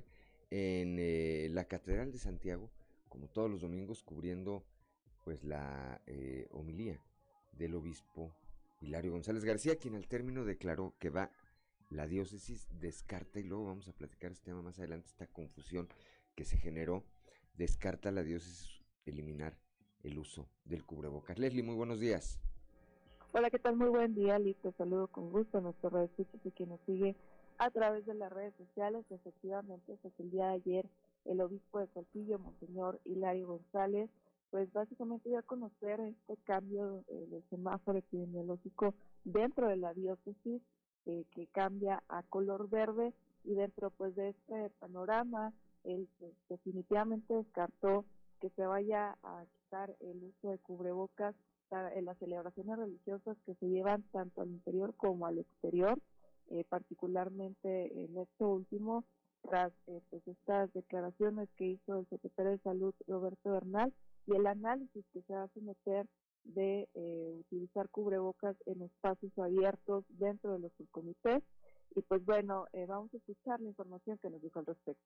en la Catedral de Santiago, como todos los domingos, cubriendo pues la homilía del obispo Hilario González García, quien al término declaró que la diócesis descarta, y luego vamos a platicar este tema más adelante, esta confusión que se generó, descarta la diócesis eliminar el uso del cubrebocas. Leslie, muy buenos días. Hola, ¿qué tal? Muy buen día, listo, saludo con gusto a nuestro radioescuchas y quien nos sigue a través de las redes sociales. Efectivamente, pues el día de ayer el obispo de Saltillo, Monseñor Hilario González, pues básicamente dio a conocer este cambio del semáforo epidemiológico dentro de la diócesis, que cambia a color verde, y dentro pues de este panorama él pues, definitivamente descartó que se vaya a quitar el uso de cubrebocas en las celebraciones religiosas que se llevan tanto al interior como al exterior, particularmente en esto último, tras pues estas declaraciones que hizo el secretario de Salud, Roberto Bernal, y el análisis que se va a someter de utilizar cubrebocas en espacios abiertos dentro de los subcomités. Y pues bueno, vamos a escuchar la información que nos dijo al respecto.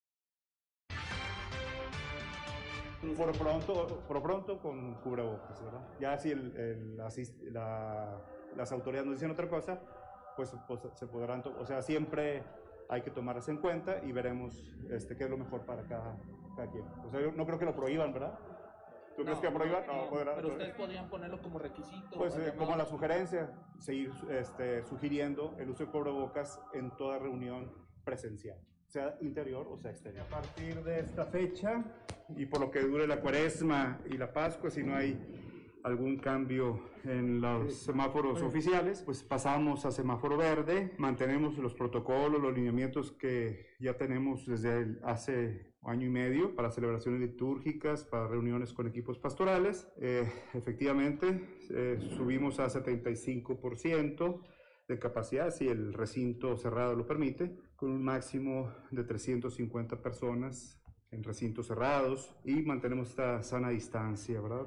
Por pronto con cubrebocas, ¿verdad? Ya si las autoridades nos dicen otra cosa, pues se podrán, o sea, siempre hay que tomarlas en cuenta y veremos qué es lo mejor para cada quien. O sea, yo no creo que lo prohíban, ¿verdad? ¿Tú crees que prohíban? No, pero ustedes podrían ponerlo como requisito. Pues como la sugerencia, seguir sugiriendo el uso de cubrebocas en toda reunión presencial, sea interior o sea exterior. A partir de esta fecha y por lo que dure la Cuaresma y la Pascua, si no hay algún cambio en los semáforos oficiales, pues pasamos a semáforo verde, mantenemos los protocolos, los lineamientos que ya tenemos desde hace año y medio para celebraciones litúrgicas, para reuniones con equipos pastorales. Efectivamente, subimos a 75% de capacidad, si el recinto cerrado lo permite, con un máximo de 350 personas en recintos cerrados, y mantenemos esta sana distancia, ¿verdad?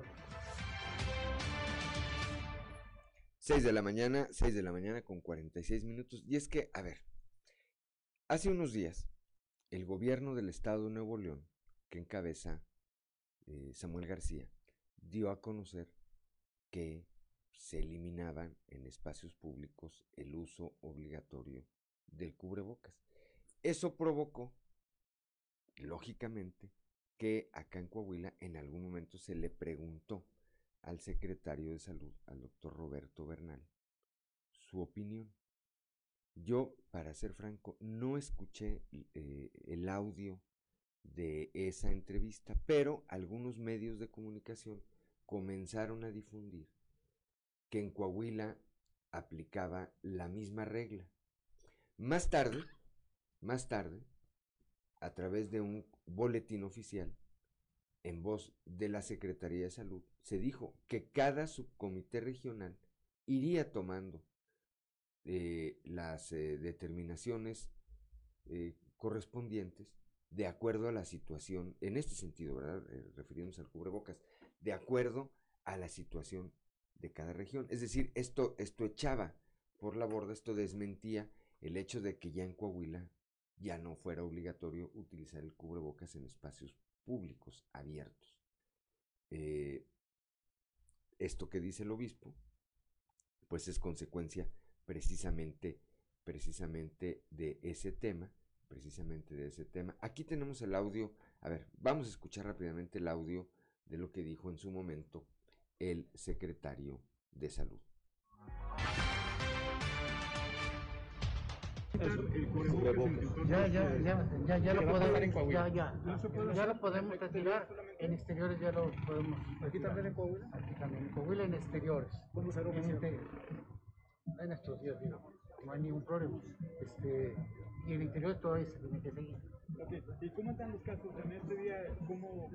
6 de la mañana con 46 minutos. Y es que, a ver, hace unos días, el gobierno del estado de Nuevo León, que encabeza Samuel García, dio a conocer que se eliminaban en espacios públicos el uso obligatorio del cubrebocas. Eso provocó, lógicamente, que acá en Coahuila en algún momento se le preguntó al secretario de Salud, al doctor Roberto Bernal, su opinión. Yo, para ser franco, no escuché el audio de esa entrevista, pero algunos medios de comunicación comenzaron a difundir que en Coahuila aplicaba la misma regla. Más tarde, a través de un boletín oficial, en voz de la Secretaría de Salud, se dijo que cada subcomité regional iría tomando las determinaciones correspondientes de acuerdo a la situación, en este sentido, ¿verdad? Refiriéndose al cubrebocas, de acuerdo a la situación de cada región. Es decir, esto echaba por la borda, esto desmentía el hecho de que ya en Coahuila ya no fuera obligatorio utilizar el cubrebocas en espacios públicos abiertos. Esto que dice el obispo, pues es consecuencia precisamente de ese tema, Aquí tenemos el audio. A ver, vamos a escuchar rápidamente el audio de lo que dijo en su momento el secretario de Salud. Ya lo podemos retirar. En exteriores ya lo podemos retirar. ¿Aquí también en Coahuila? Aquí también en Coahuila, en exteriores. ¿Cómo será en estos días, digo, no hay ningún problema. Y en interior todavía se tiene que seguir. Okay. ¿Y cómo están los casos en este día? ¿Cómo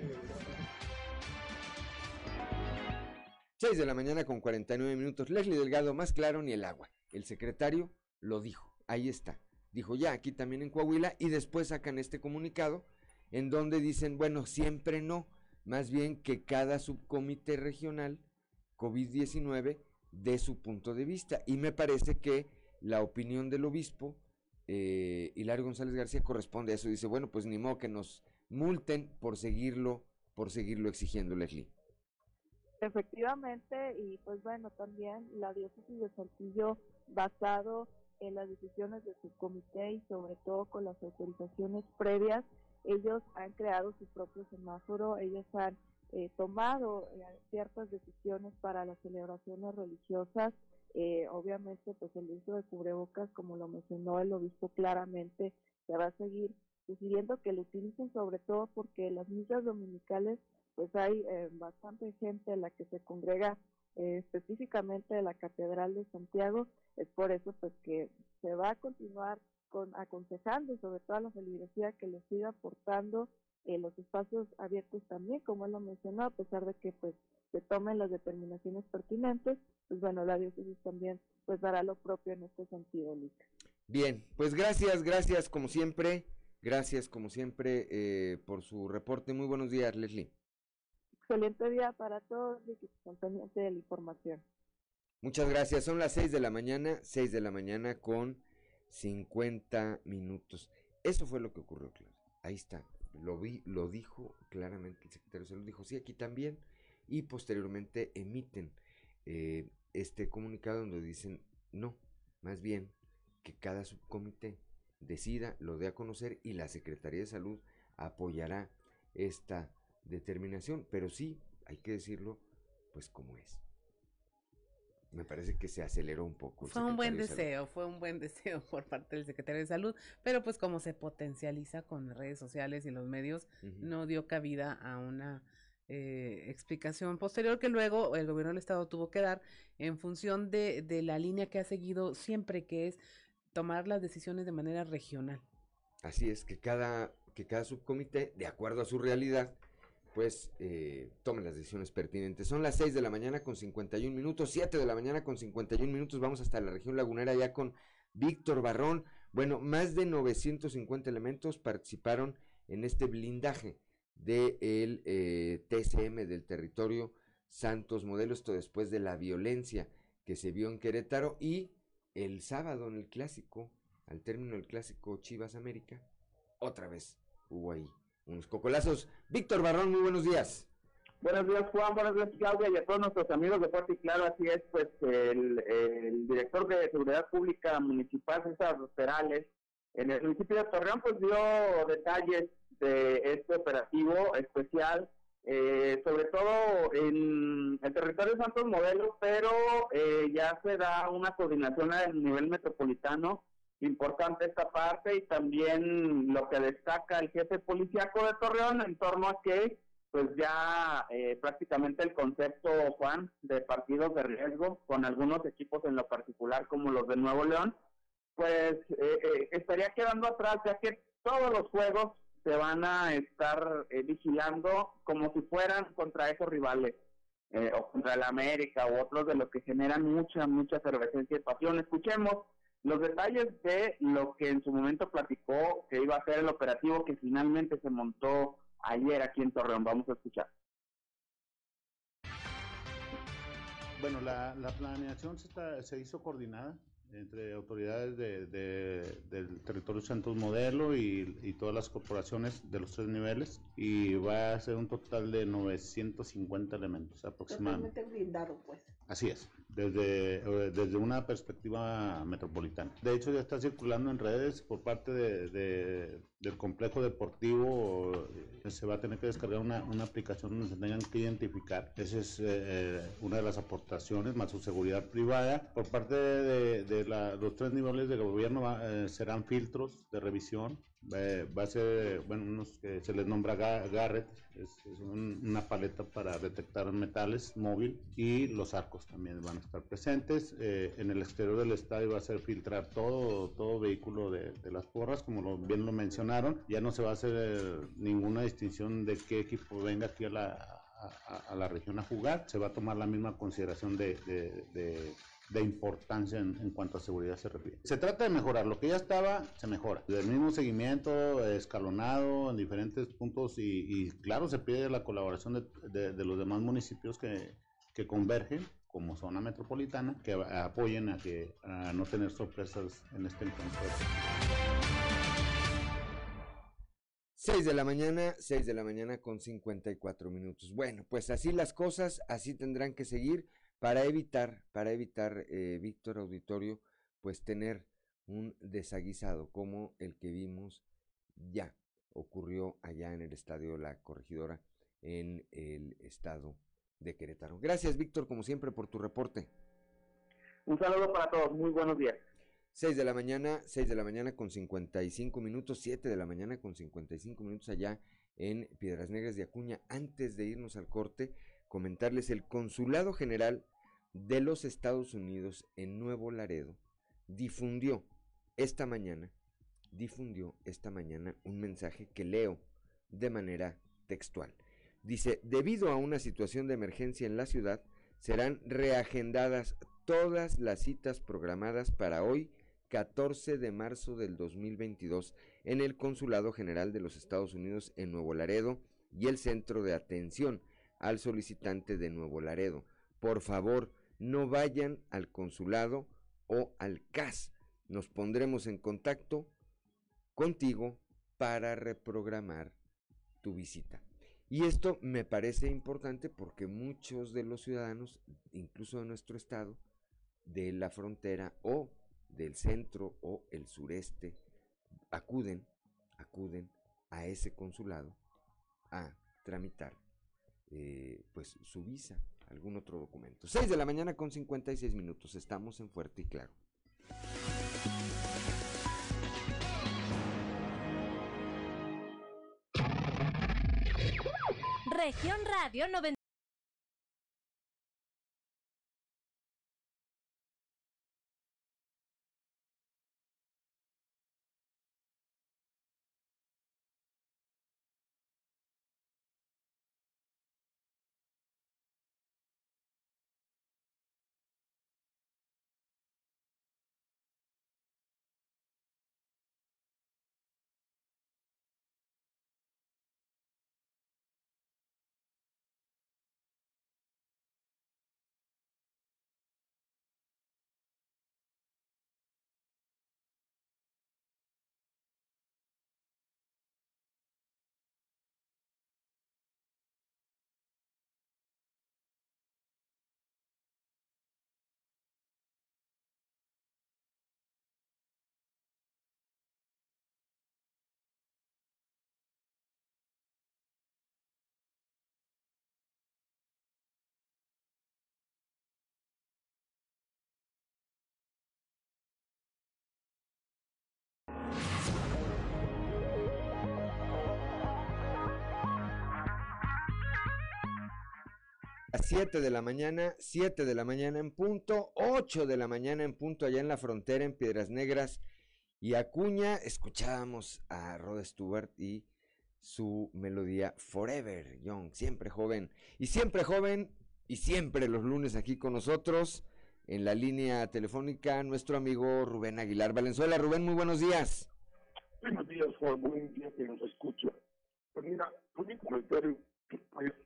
6 de la mañana con 49 minutos. Leslie Delgado, más claro ni el agua. El secretario lo dijo. Ahí está. Dijo ya, aquí también en Coahuila, y después sacan este comunicado en donde dicen, bueno, siempre no, más bien que cada subcomité regional COVID-19 dé su punto de vista. Y me parece que la opinión del obispo, Hilario González García, corresponde a eso. Dice, bueno, pues ni modo que nos multen por seguirlo exigiendo, Leslie. Efectivamente, y pues bueno, también la diócesis de Saltillo, basado en las decisiones de su comité y sobre todo con las autorizaciones previas, ellos han creado su propio semáforo, ellos han tomado ciertas decisiones para las celebraciones religiosas. Obviamente pues el uso de cubrebocas, como lo mencionó el obispo claramente, se va a seguir sugiriendo que lo utilicen, sobre todo porque las misas dominicales pues hay bastante gente a la que se congrega específicamente de la Catedral de Santiago. Es por eso pues que se va a continuar aconsejando, sobre todo a la feligresía, que les siga aportando los espacios abiertos también, como él lo mencionó, a pesar de que pues se tomen las determinaciones pertinentes, pues bueno, la diócesis también pues dará lo propio en este sentido, Lica. Bien, pues gracias como siempre por su reporte. Muy buenos días, Leslie. Excelente día para todos y que estén pendientes de la información. Muchas gracias, son las 6 de la mañana con 50 minutos. Eso fue lo que ocurrió, claro. Ahí está, lo dijo claramente el secretario de Salud, dijo sí, aquí también, y posteriormente emiten este comunicado donde dicen no, más bien que cada subcomité decida, lo dé a conocer y la Secretaría de Salud apoyará esta determinación, pero sí, hay que decirlo, pues como es. Me parece que se aceleró un poco. Fue un buen deseo por parte del secretario de Salud, pero pues como se potencializa con redes sociales y los medios, no dio cabida a una explicación posterior que luego el gobierno del estado tuvo que dar en función de la línea que ha seguido siempre, que es tomar las decisiones de manera regional. Así es, que cada subcomité, de acuerdo a su realidad, pues tomen las decisiones pertinentes. Son las 6 de la mañana con 51 minutos, 7 de la mañana con 51 minutos, vamos hasta la región lagunera ya con Víctor Barrón. Bueno, más de 950 elementos participaron en este blindaje del TSM del territorio Santos Modelo, esto después de la violencia que se vio en Querétaro, y el sábado en el clásico, al término del clásico Chivas América, otra vez hubo ahí unos cocolazos. Víctor Barrón, muy buenos días. Buenos días, Juan, buenos días, Claudia, y a todos nuestros amigos de Fuerte y Claro. Así es, pues el director de Seguridad Pública Municipal, César Perales, en el municipio de Torreón, pues dio detalles de este operativo especial, sobre todo en el territorio de Santos Modelo, pero ya se da una coordinación a nivel metropolitano. Importante esta parte, y también lo que destaca el jefe policíaco de Torreón en torno a que pues ya prácticamente el concepto, Juan, de partidos de riesgo con algunos equipos en lo particular como los de Nuevo León, pues estaría quedando atrás, ya que todos los juegos se van a estar vigilando como si fueran contra esos rivales, o contra el América u otros de los que generan mucha efervescencia y pasión. Escuchemos los detalles de lo que en su momento platicó que iba a ser el operativo que finalmente se montó ayer aquí en Torreón. Vamos a escuchar. Bueno, la planeación se hizo coordinada entre autoridades del territorio Santos Modelo y todas las corporaciones de los 3 niveles, y va a ser un total de 950 elementos aproximadamente. Totalmente blindado, pues. Así es, desde una perspectiva metropolitana. De hecho, ya está circulando en redes por parte del complejo deportivo. Se va a tener que descargar una aplicación donde se tengan que identificar. Esa es una de las aportaciones, más su seguridad privada. Por parte de los 3 niveles de gobierno serán filtros de revisión. Va a ser, bueno, unos que se les nombra Garrett, es una paleta para detectar metales móvil, y los arcos también van a estar presentes. En el exterior del estadio va a ser filtrar todo vehículo de las porras, como bien lo mencionaron. Ya no se va a hacer ninguna distinción de qué equipo venga aquí a la región a jugar. Se va a tomar la misma consideración de importancia en cuanto a seguridad se refiere. Se trata de mejorar, lo que ya estaba, se mejora. Del mismo seguimiento escalonado en diferentes puntos, y claro, se pide la colaboración de los demás municipios que convergen como zona metropolitana, que apoyen a no tener sorpresas en este encuentro. 6 de la mañana con 54 minutos. Bueno, pues así las cosas, así tendrán que seguir para evitar, Víctor Auditorio, pues tener un desaguisado como el que vimos ya ocurrió allá en el Estadio La Corregidora en el estado de Querétaro. Gracias, Víctor, como siempre, por tu reporte. Un saludo para todos, muy buenos días. 6 de la mañana con 55 minutos, 7 de la mañana con 55 minutos allá en Piedras Negras de Acuña. Antes de irnos al corte, comentarles el Consulado General de los Estados Unidos en Nuevo Laredo difundió esta mañana un mensaje que leo de manera textual. Dice: debido a una situación de emergencia en la ciudad, serán reagendadas todas las citas programadas para hoy, 14 de marzo del 2022, en el Consulado General de los Estados Unidos en Nuevo Laredo y el Centro de Atención al Solicitante de Nuevo Laredo. Por favor, no vayan al consulado o al CAS. Nos pondremos en contacto contigo para reprogramar tu visita. Y esto me parece importante porque muchos de los ciudadanos, incluso de nuestro estado, de la frontera o del centro o el sureste, acuden a ese consulado a tramitar pues su visa, algún otro documento. 6 de la mañana con 56 minutos, estamos en Fuerte y Claro. Región Radio 90. A 7 de la mañana en punto, 8 de la mañana en punto allá en la frontera en Piedras Negras y Acuña. Escuchábamos a Rod Stewart y su melodía Forever Young, siempre joven y siempre los lunes aquí con nosotros en la línea telefónica nuestro amigo Rubén Aguilar Valenzuela. Rubén, muy buenos días. Buenos días, Juan, buen día que nos escucha. Pues mira, un comentario es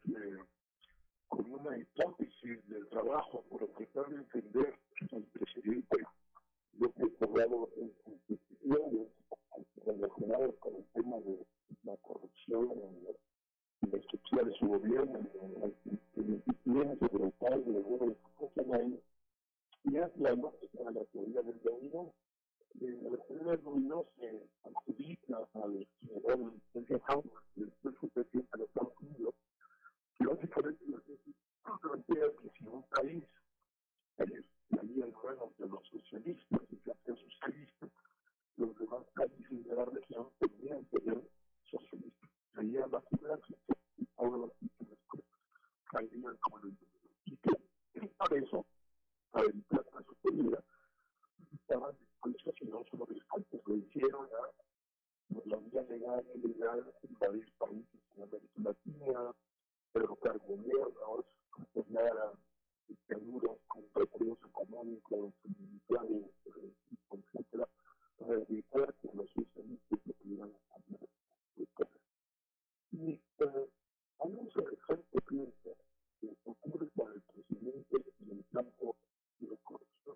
con una hipótesis del trabajo por tratar de entender al presidente lo que he hablado en instituciones relacionadas con el tema de la corrupción en la estructura de su gobierno, en las instituciones secretarias de algunas cosas ahí, y es la lógica de la teoría del dominó. La teoría del dominó se adjudica al general Eisenhower, después fue presidente de los Estados Unidos, y básicamente lo que plantea que si un país estaría en manos de los socialistas y se hace socialista, los demás países de la región tendrían que ser socialistas. Sería la situación y todas las instituciones caerían como el y que por eso, para evitar la superioridad, estaban dispuestos y no solo dispuestos, lo hicieron a la vía legal y ilegal, invadir países en América Latina, derrocar gobiernos, apoyar a dictaduras con recursos económicos, militares, etcétera, para evitar que los socialistas no pudieran cambiar de poder. Y hay un semejante piensa que ocurre con el presidente en el campo de la corrupción.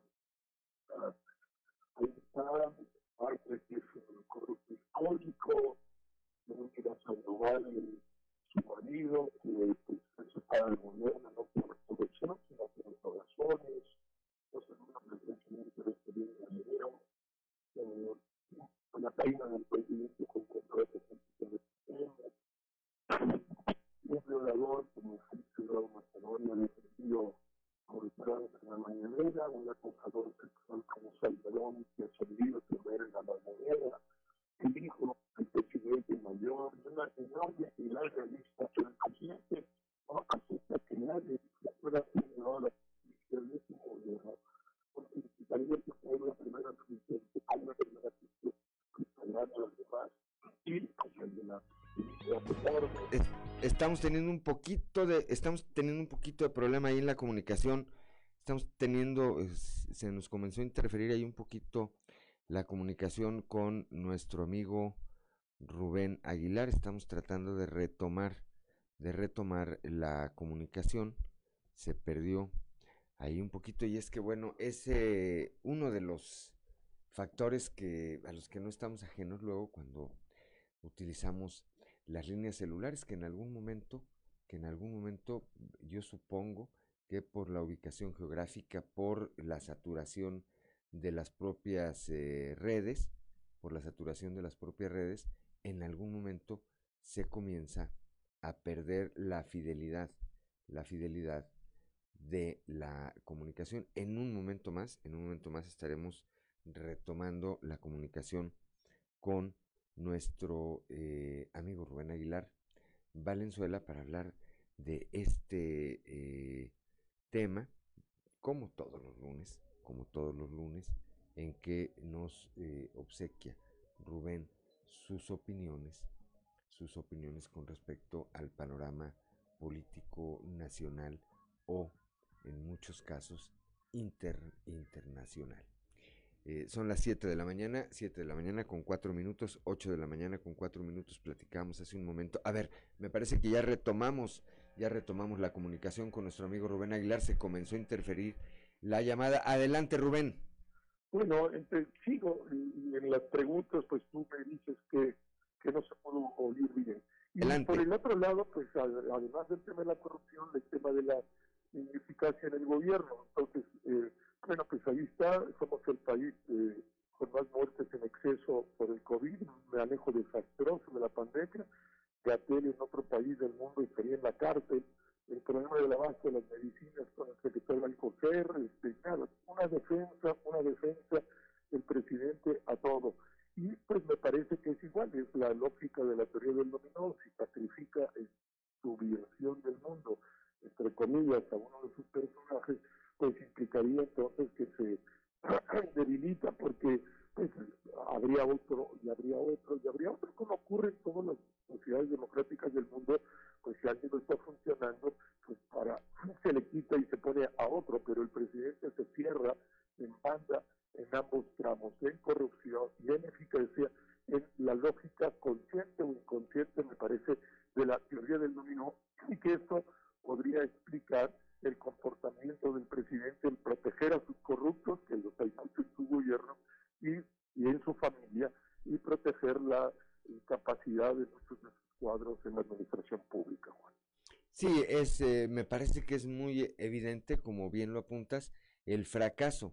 Ahí está parte que es un corrupto histórico, no quiera Sandoval, su marido, que pues, se para el gobierno no por corrupción, sino por otras razones, no sé, una presencia de este bien de dinero, con la caída del presidente con control de del sistema, un violador como Félix Bravo Macedonia, defendido por Trump en la mañanera, un acosador sexual como Salmerón, que ha salido a ver en la mañanera, el hijo del presidente mayor, una enorme y realista, pero el presidente no acepta que nadie pueda hacer ahora de su gobierno, porque también que fue la primera crisis, hay una primera crisis que salgan los demás y pues el de la Estamos teniendo un poquito de problema ahí en la comunicación. Se nos comenzó a interferir ahí un poquito la comunicación con nuestro amigo Rubén Aguilar. Estamos tratando de retomar la comunicación. Se perdió ahí un poquito, y es que bueno, es uno de los factores a los que no estamos ajenos luego cuando utilizamos las líneas celulares, que en algún momento yo supongo que por la ubicación geográfica, por la saturación de las propias redes, en algún momento se comienza a perder la fidelidad de la comunicación. En un momento más estaremos retomando la comunicación con nuestro amigo Rubén Aguilar Valenzuela para hablar de este tema, como todos los lunes, en que nos obsequia Rubén sus opiniones con respecto al panorama político nacional o, en muchos casos, internacional. Son las 7 de la mañana con 4 minutos, 8 de la mañana con 4 minutos, platicamos hace un momento. A ver, me parece que ya retomamos la comunicación con nuestro amigo Rubén Aguilar, se comenzó a interferir la llamada. Adelante, Rubén. Bueno, sigo en las preguntas, pues tú me dices que no se pudo oír bien. Y adelante. Por el otro lado, pues además del tema de la corrupción, el tema de la ineficacia en el gobierno. Entonces, bueno, pues ahí está, somos el país con más muertes en exceso por el COVID, un manejo desastroso de la pandemia. Gatell en otro país del mundo estaría en la cárcel. El problema del abasto de las medicinas con el secretario Alcocer, nada, una defensa del presidente a todo. Y pues me parece que es igual, es la lógica de la teoría del dominó. Si sacrifica su visión del mundo, entre comillas, a uno de sus personajes, pues implicaría entonces que se debilita, porque pues habría otro, como ocurre en todas las sociedades democráticas del mundo. Pues si alguien no está funcionando, pues se le quita y se pone a otro, pero el presidente se cierra en banda en ambos tramos, en corrupción y en eficacia, en la lógica consciente o inconsciente, me parece, de la teoría del dominó, y que esto podría explicar el comportamiento del presidente en proteger a sus corruptos, que los hay mucho en su gobierno y en su familia, y proteger la incapacidad de muchos de sus cuadros en la administración pública, Juan. Sí, me parece que es muy evidente, como bien lo apuntas, el fracaso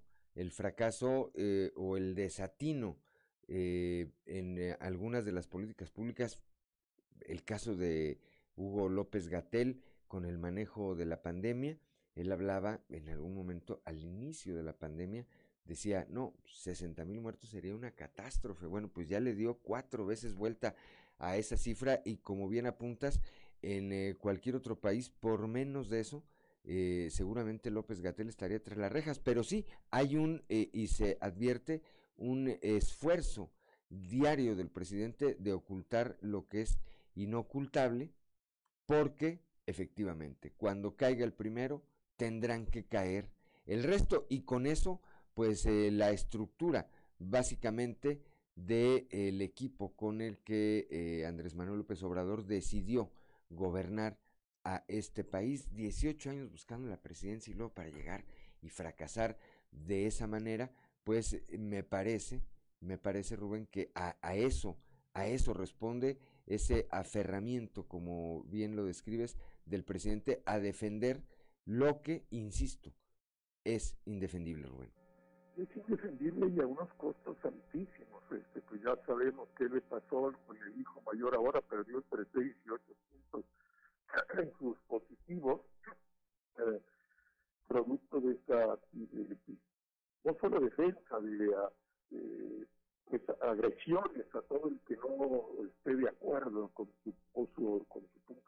o el desatino en algunas de las políticas públicas. El caso de Hugo López Gatell con el manejo de la pandemia. Él hablaba en algún momento al inicio de la pandemia, decía, no, 60,000 muertos sería una catástrofe. Bueno, pues ya le dio 4 veces vuelta a esa cifra, y como bien apuntas, en cualquier otro país, por menos de eso, seguramente López Gatell estaría tras las rejas. Pero sí, hay y se advierte un esfuerzo diario del presidente de ocultar lo que es inocultable, porque efectivamente, cuando caiga el primero, tendrán que caer el resto, y con eso, pues la estructura básicamente del equipo con el que Andrés Manuel López Obrador decidió gobernar a este país, 18 años buscando la presidencia y luego para llegar y fracasar de esa manera, pues me parece Rubén, que a eso responde ese aferramiento, como bien lo describes, del presidente a defender lo que, insisto, es indefendible, Rubén. Es indefendible y a unos costos altísimos. Pues ya sabemos qué le pasó con el hijo mayor, ahora perdió entre 6 y 8 puntos en sus positivos, producto de esta, no solo defensa, de agresiones a todo el que no esté de acuerdo con su punto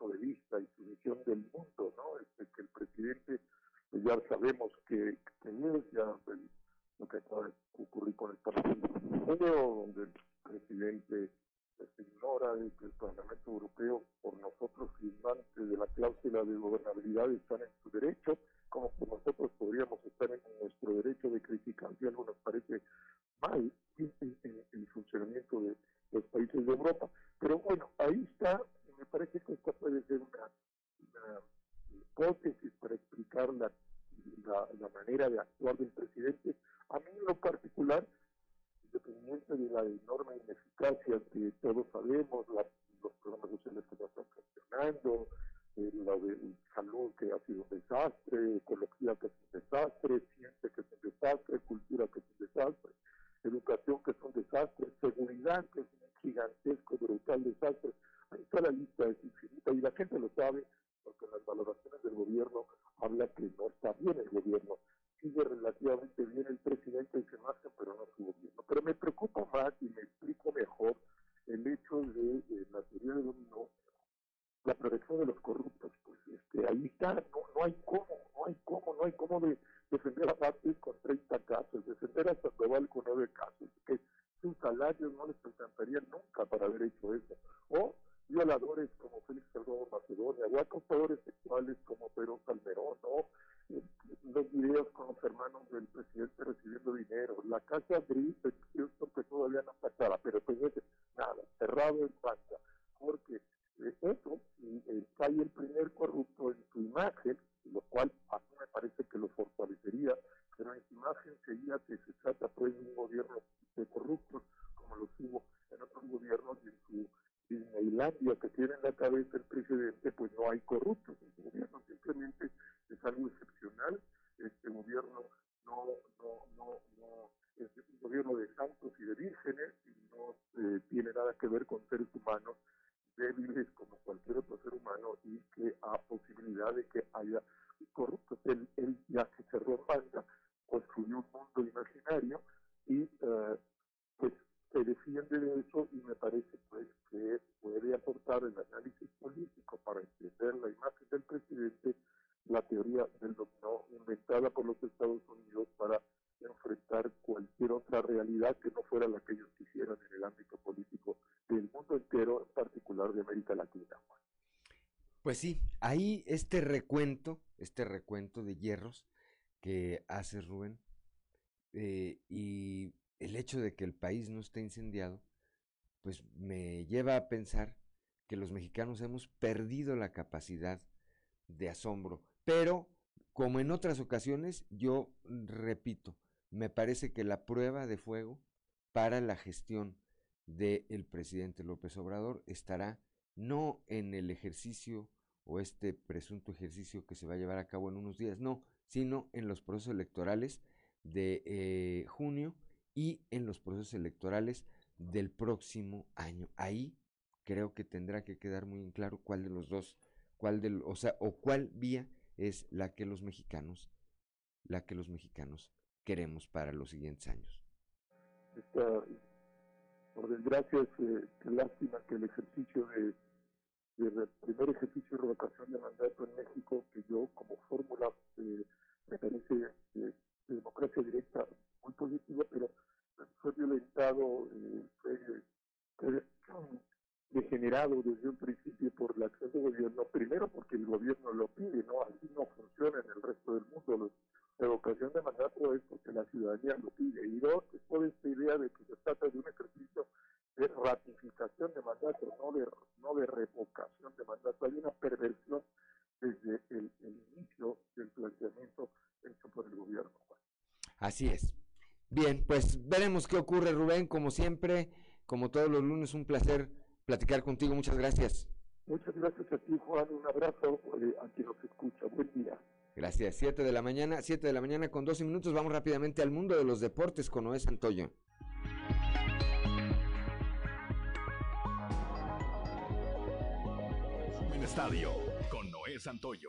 de la cláusula de gobernabilidad están en su derecho, como que nosotros podríamos estar en nuestro derecho de criticar si algo nos parece mal el funcionamiento de los países de Europa. Pero bueno, ahí está, y me parece que esta puede ser una hipótesis para explicar la manera de actuar del presidente. A mí en lo particular, independientemente de la enorme ineficacia que todos sabemos, los programas sociales que no están funcionando, la de salud que ha sido un desastre, ecología que es un desastre, ciencia que es un desastre, cultura que es un desastre, educación que es un desastre, seguridad que es un gigantesco, brutal desastre. Ahí está la lista, es infinita y la gente lo sabe porque en las valoraciones del gobierno habla que no está bien el gobierno. Sigue relativamente bien el presidente y se marcha, pero no su gobierno. Pero me preocupa más y me explico mejor el hecho de la teoría de dominó, la protección de los corruptos. Pues ahí está, no hay cómo defender a Martín con 30 casos, defender a Sandoval con 9 casos, que sus salarios no les alcanzarían nunca para haber hecho eso. O violadores como Félix Salgado Macedonia, o acosadores sexuales como Pedro Salmerón, ¿no? Los videos con los hermanos del presidente recibiendo dinero, la casa gris de Houston que todavía no está clara, pero pues nada, cerrado en banda, porque eso, si cae el primer corrupto en su imagen, lo cual a mí me parece que lo fortalecería, pero en su imagen sería que se trata pues de un gobierno de corruptos, como lo hubo en otros gobiernos, y en su Disneylandia que tiene en la cabeza el presidente, pues no hay corruptos. Este gobierno simplemente es algo excepcional. Este gobierno es un gobierno de santos y de vírgenes y no tiene nada que ver con seres humanos débiles como cualquier otro ser humano y que a posibilidad de que haya corruptos. Él ya se cerró en banda, construyó un mundo imaginario y pues se defiende de eso y me parece pues que puede aportar el análisis político para entender la imagen del presidente, la teoría del dominó inventada por los Estados Unidos para enfrentar cualquier otra realidad que no fuera la que ellos quisieran en el ámbito político del mundo entero, en particular de América Latina. Pues sí, ahí este recuento de hierros que hace Rubén, y el hecho de que el país no esté incendiado, pues me lleva a pensar que los mexicanos hemos perdido la capacidad de asombro. Pero, como en otras ocasiones, yo repito, me parece que la prueba de fuego para la gestión del presidente López Obrador estará no en el ejercicio o este presunto ejercicio que se va a llevar a cabo en unos días, no, sino en los procesos electorales de junio y en los procesos electorales del próximo año. Ahí creo que tendrá que quedar muy en claro cuál de los dos, cuál vía es la que los mexicanos queremos para los siguientes años. Por desgracia, qué lástima que el ejercicio el primer ejercicio de revocación de mandato en México, que yo como fórmula me parece de democracia directa muy positiva, pero fue violentado, fue degenerado desde un principio por la acción del gobierno, primero porque el gobierno lo pide, ¿no? Así no funciona en el resto del mundo. La revocación de mandato es porque la ciudadanía lo pide. Y dos, es por esta idea de que se trata de un ejercicio de ratificación de mandato, no de revocación de mandato. Hay una perversión desde el inicio del planteamiento hecho por el gobierno. Así es. Bien, pues veremos qué ocurre, Rubén. Como siempre, como todos los lunes, un placer platicar contigo. Muchas gracias. Muchas gracias a ti, Juan. Un abrazo a quien nos escucha. Buen día. Gracias. 7 de la mañana con 12 minutos. Vamos rápidamente al mundo de los deportes con Noé Santoyo. En Estadio con Noé Santoyo.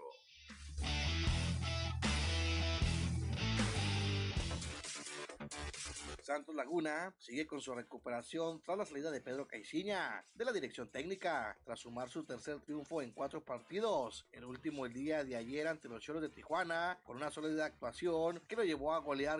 Santos Laguna sigue con su recuperación tras la salida de Pedro Caixinha de la dirección técnica, tras sumar su tercer triunfo en 4 partidos, el último el día de ayer ante los Cholos de Tijuana, con una sólida actuación que lo llevó a golear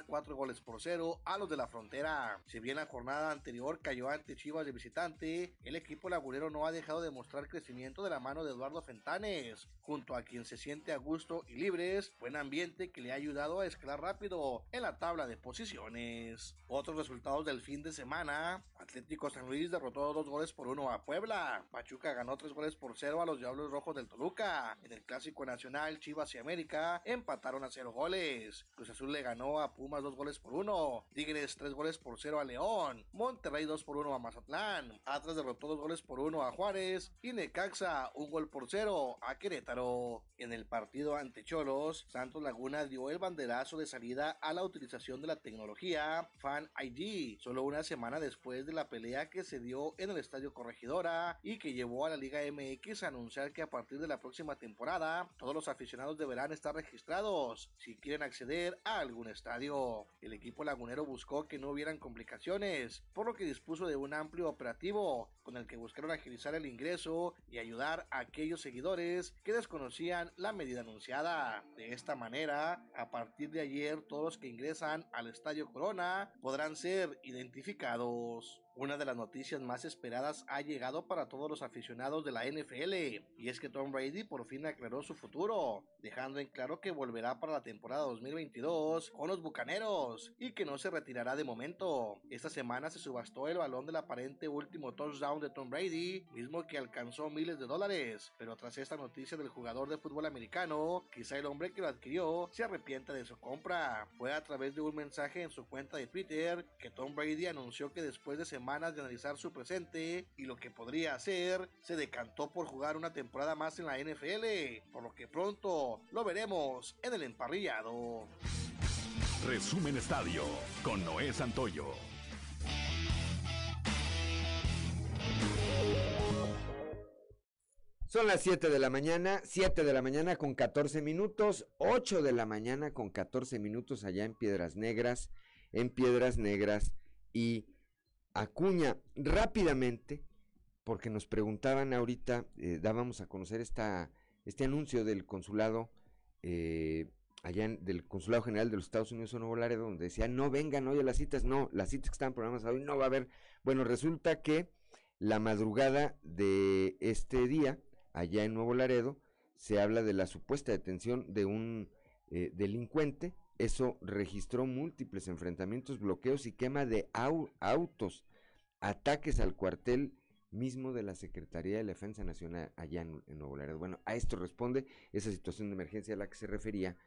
4-0 a los de la Frontera. Si bien la jornada anterior cayó ante Chivas de visitante, el equipo lagunero no ha dejado de mostrar crecimiento de la mano de Eduardo Fentanes, junto a quien se siente a gusto y libres, buen ambiente que le ha ayudado a escalar rápido en la tabla de posiciones. Otros resultados del fin de semana: Atlético San Luis derrotó 2-1 a Puebla, Pachuca ganó 3-0 a los Diablos Rojos del Toluca, en el Clásico Nacional Chivas y América empataron a 0 goles, Cruz Azul le ganó a Pumas 2-1, Tigres 3-0 a León, Monterrey 2-1 a Mazatlán, Atlas derrotó 2-1 a Juárez y Necaxa 1-0 a Querétaro. En el partido ante Cholos, Santos Laguna dio el banderazo de salida a la utilización de la tecnología Fan ID, solo una semana después de la pelea que se dio en el Estadio Corregidora y que llevó a la Liga MX a anunciar que a partir de la próxima temporada todos los aficionados deberán estar registrados si quieren acceder a algún estadio. El equipo lagunero buscó que no hubieran complicaciones, por lo que dispuso de un amplio operativo con el que buscaron agilizar el ingreso y ayudar a aquellos seguidores que desconocían la medida anunciada. De esta manera, a partir de ayer, todos los que ingresan al Estadio Corona podrán ser identificados. Una de las noticias más esperadas ha llegado para todos los aficionados de la NFL, y es que Tom Brady por fin aclaró su futuro, dejando en claro que volverá para la temporada 2022 con los Bucaneros y que no se retirará de momento. Esta semana se subastó el balón del aparente último touchdown de Tom Brady, mismo que alcanzó miles de dólares, pero tras esta noticia del jugador de fútbol americano, quizá el hombre que lo adquirió se arrepienta de su compra. Fue a través de un mensaje en su cuenta de Twitter que Tom Brady anunció que después de semanas de analizar su presente y lo que podría hacer, se decantó por jugar una temporada más en la NFL, por lo que pronto lo veremos en el emparrillado. Resumen Estadio con Noé Santoyo. Son las 7 de la mañana con 14 minutos, 8 de la mañana con 14 minutos allá en Piedras Negras y Acuña. Rápidamente, porque nos preguntaban ahorita, dábamos a conocer este anuncio del consulado, del Consulado General de los Estados Unidos en Nuevo Laredo, donde decía, no vengan hoy a las citas, no, las citas que están programadas hoy no va a haber. Bueno, resulta que la madrugada de este día, allá en Nuevo Laredo, se habla de la supuesta detención de un delincuente. Eso registró múltiples enfrentamientos, bloqueos y quema de autos, ataques al cuartel mismo de la Secretaría de la Defensa Nacional allá en Nuevo Laredo. Bueno, a esto responde esa situación de emergencia a la que se refería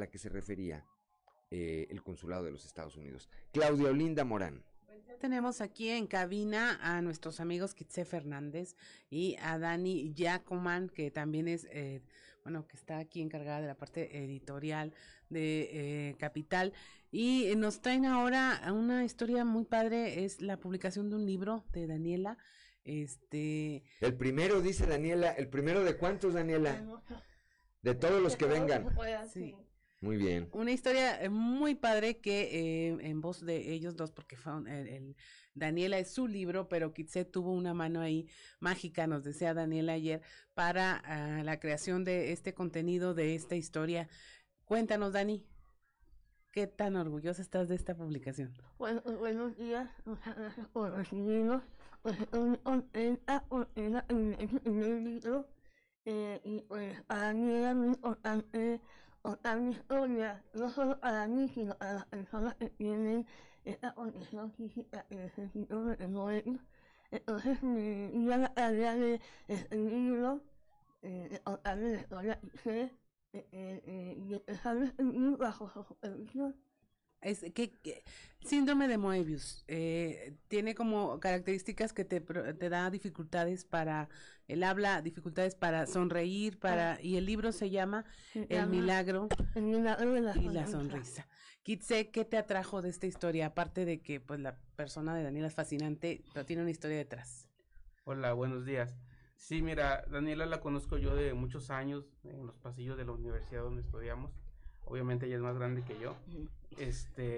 el Consulado de los Estados Unidos. Claudia Olinda Morán. Tenemos aquí en cabina a nuestros amigos Kitse Fernández y a Dani Yacoman, que también es, que está aquí encargada de la parte editorial de Capital, y nos traen ahora una historia muy padre, es la publicación de un libro de Daniela. El primero, dice Daniela, ¿el primero de cuántos, Daniela? De todos los que vengan. Sí. Muy bien. Una historia muy padre que en voz de ellos dos, porque Daniela es su libro, pero Kitse tuvo una mano ahí mágica, nos decía Daniela ayer, para la creación de este contenido, de esta historia. Cuéntanos, Dani, ¿qué tan orgullosa estás de esta publicación? Bueno, buenos días, muchas gracias por recibirnos. Pues estoy muy contenta porque es el libro, y pues para mí era muy importante contar mi historia, no solo para mí, sino a las personas que tienen esta condición física que necesito movernos. Entonces me di a la tarea de escribir un libro, de contarme la historia que sé, y empezar a escribir bajo su supervisión. Síndrome de Moebius tiene como características que te da dificultades para el habla, dificultades para sonreír, y el libro se llama El milagro y la sonrisa. Kitse, ¿qué te atrajo de esta historia? Aparte de que pues la persona de Daniela es fascinante, pero tiene una historia detrás. Hola, buenos días. Sí, mira, Daniela la conozco yo de muchos años en los pasillos de la universidad donde estudiamos. Obviamente ella es más grande que yo.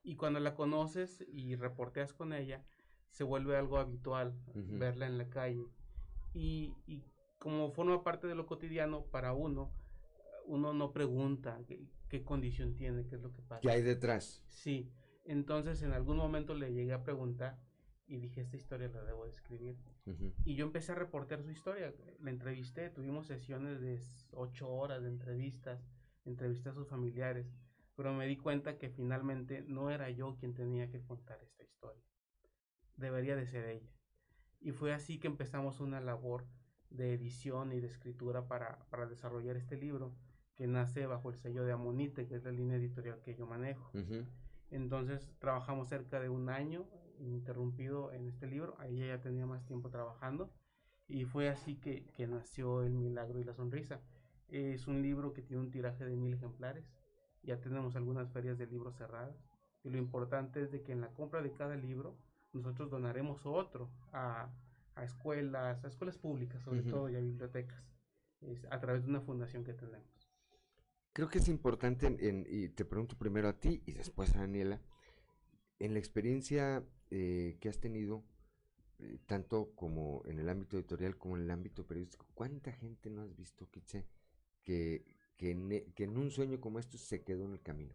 Y cuando la conoces y reporteas con ella, se vuelve algo habitual verla en la calle. Y como forma parte de lo cotidiano para uno no pregunta qué condición tiene, qué es lo que pasa. ¿Qué hay detrás? Sí, entonces en algún momento le llegué a preguntar y dije, esta historia la debo de escribir. Y yo empecé a reportear su historia, la entrevisté, tuvimos sesiones de 8 horas de entrevisté a sus familiares, pero me di cuenta que finalmente no era yo quien tenía que contar esta historia, debería de ser ella. Y fue así que empezamos una labor de edición y de escritura para desarrollar este libro, que nace bajo el sello de Amonite, que es la línea editorial que yo manejo. Entonces trabajamos cerca de 1 año ininterrumpido en este libro. Ahí ella tenía más tiempo trabajando y fue así que nació El Milagro y la Sonrisa. Es un libro que tiene un tiraje de 1000 ejemplares. Ya tenemos algunas ferias de libros cerradas y lo importante es de que en la compra de cada libro nosotros donaremos otro a escuelas públicas sobre todo, y a bibliotecas, a través de una fundación que tenemos. Creo que es importante, y te pregunto primero a ti y después a Daniela, en la experiencia que has tenido, tanto como en el ámbito editorial como en el ámbito periodístico, ¿cuánta gente no has visto, Kitze, que en un sueño como esto se quedó en el camino?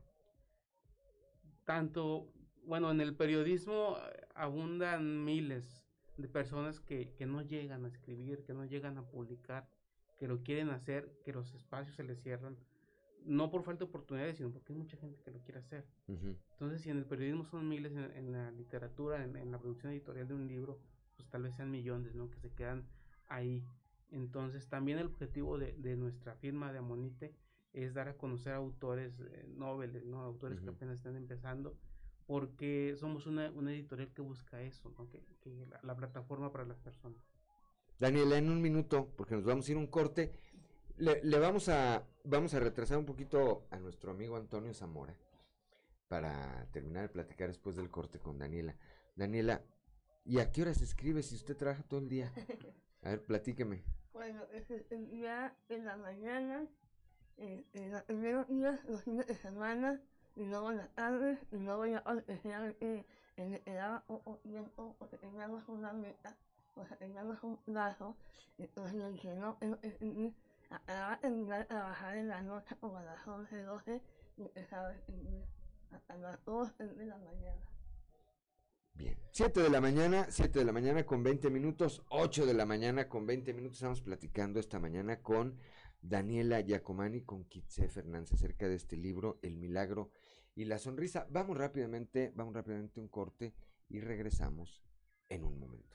Bueno, en el periodismo abundan miles de personas que no llegan a escribir, que no llegan a publicar, que lo quieren hacer, que los espacios se les cierran, no por falta de oportunidades, sino porque hay mucha gente que lo quiere hacer. Entonces, si en el periodismo son miles, en la literatura, en la producción editorial de un libro, pues tal vez sean millones, ¿no? Que se quedan ahí. Entonces, también el objetivo de nuestra firma de Amonite es dar a conocer a autores noveles, ¿no? Autores que apenas están empezando, porque somos una editorial que busca eso, ¿no? Que la plataforma para las personas. Daniela, en un minuto, porque nos vamos a ir a un corte, le vamos a retrasar un poquito a nuestro amigo Antonio Zamora para terminar de platicar después del corte con Daniela. Daniela, ¿y a qué horas escribe si usted trabaja todo el día? A ver, platíqueme. Bueno, ya en la mañana, en los primeros días, los fines de semana, y luego en la tarde, y luego ya especialmente en o tiempo, porque teníamos una meta, o sea, teníamos un plazo, entonces le dije, no, a terminar de trabajar en la noche como a las 11, 12, y empezaba a escribir hasta las 2 de la mañana. Bien, 7 de la mañana con 20 minutos, 8 de la mañana con 20 minutos, estamos platicando esta mañana con Daniela Giacomani, con Kitze Fernández acerca de este libro, El Milagro y la Sonrisa. Vamos rápidamente a un corte y regresamos en un momento.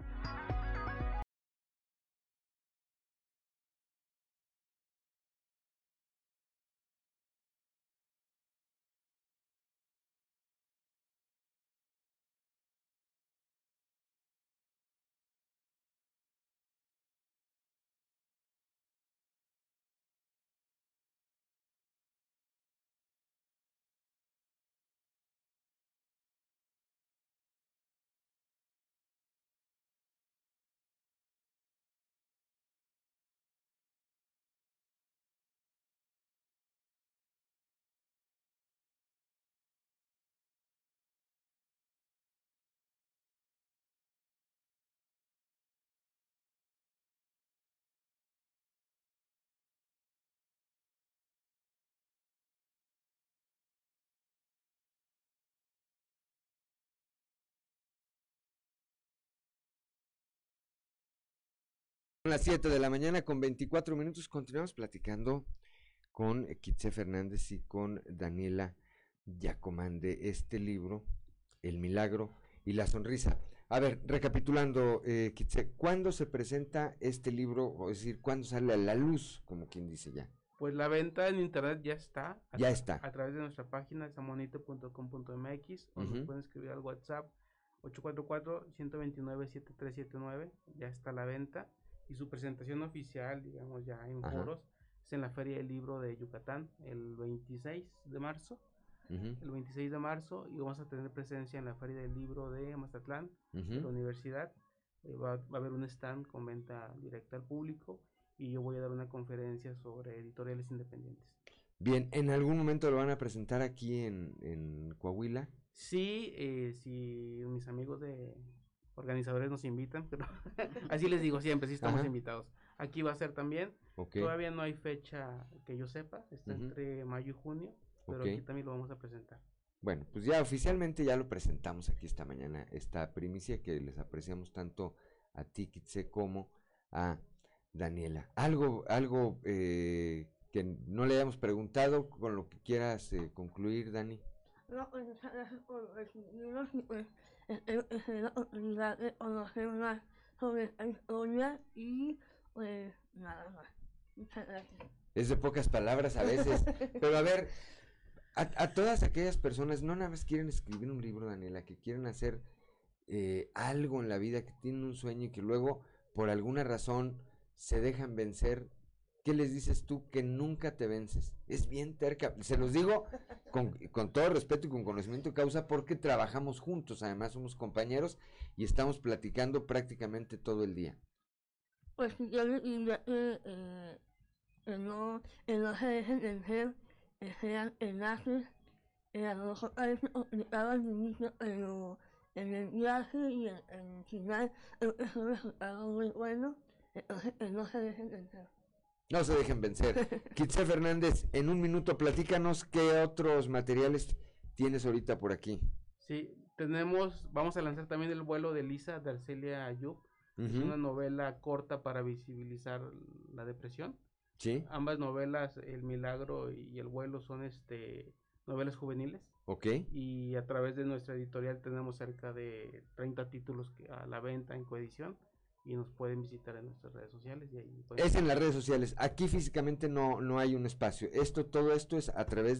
Son las 7 de la mañana con 24 minutos, continuamos platicando con Kitze Fernández y con Daniela Giacomani de este libro, El Milagro y la Sonrisa. A ver, recapitulando, Kitze, ¿cuándo se presenta este libro? O es decir, ¿cuándo sale a la luz, como quien dice ya? Pues la venta en internet ya está. A través de nuestra página, samonite.com.mx, o nos pueden escribir al WhatsApp 844-129-7379, ya está la venta. Y su presentación oficial, digamos, ya en foros, es en la Feria del Libro de Yucatán, el 26 de marzo. El 26 de marzo, y vamos a tener presencia en la Feria del Libro de Mazatlán, de la universidad. Va a haber un stand con venta directa al público, y yo voy a dar una conferencia sobre editoriales independientes. Bien, ¿en algún momento lo van a presentar aquí en Coahuila? Sí, si mis amigos de organizadores nos invitan, pero así les digo siempre, sí estamos invitados. Aquí va a ser también. Todavía no hay fecha que yo sepa, está entre mayo y junio, pero aquí también lo vamos a presentar. Bueno, pues ya oficialmente ya lo presentamos aquí esta mañana, esta primicia que les apreciamos tanto a ti, Kitse, como a Daniela. Algo que no le hayamos preguntado, con lo que quieras concluir, Dani. No, pues muchas gracias por recibirnos y pues espero la oportunidad de conocer más sobre la historia y pues nada más. Muchas gracias. Es de pocas palabras a veces, pero a ver, a todas aquellas personas, no nada más quieren escribir un libro, Daniela, que quieren hacer algo en la vida, que tienen un sueño y que luego, por alguna razón, se dejan vencer. ¿Qué les dices tú? Que nunca te vences. Es bien terca. Se los digo con todo respeto y con conocimiento de causa porque trabajamos juntos. Además somos compañeros y estamos platicando prácticamente todo el día. Pues yo les diría que no se dejen vencer, que sean tenaces. A lo mejor parece complicado al inicio, pero en el viaje y en el final es un resultado muy bueno. Entonces que no se dejen vencer. No se dejen vencer. Kitse Fernández, en un minuto platícanos qué otros materiales tienes ahorita por aquí. Sí, vamos a lanzar también El vuelo de Lisa de Arcelia Ayub. Es una novela corta para visibilizar la depresión. Sí. Ambas novelas, El milagro y El vuelo, son novelas juveniles. Ok. Y a través de nuestra editorial tenemos cerca de 30 títulos a la venta en coedición. Y nos pueden visitar en nuestras redes sociales. Y ahí es en las redes sociales. Aquí físicamente no hay un espacio. Todo esto es a través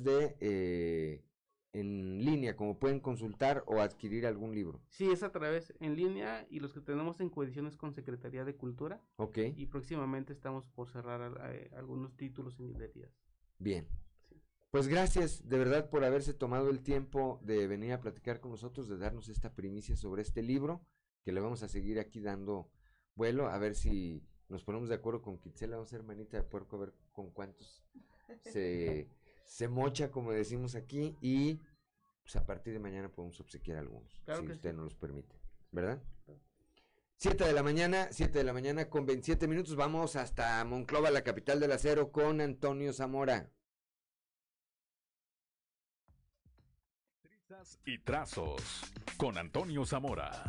de en línea, como pueden consultar o adquirir algún libro. Sí, es a través en línea y los que tenemos en coediciones con Secretaría de Cultura. Ok. Y próximamente estamos por cerrar algunos títulos en librerías. Bien. Sí. Pues gracias de verdad por haberse tomado el tiempo de venir a platicar con nosotros, de darnos esta primicia sobre este libro, que le vamos a seguir aquí dando vuelo, a ver si nos ponemos de acuerdo con Kitse, vamos a hacer manita de puerco, a ver con cuántos se mocha, como decimos aquí, y pues a partir de mañana podemos obsequiar algunos, claro si usted sí. nos los permite, ¿verdad? Claro. 7 de la mañana con 27 minutos, vamos hasta Monclova, la capital del acero, con Antonio Zamora. Trizas y trazos, con Antonio Zamora.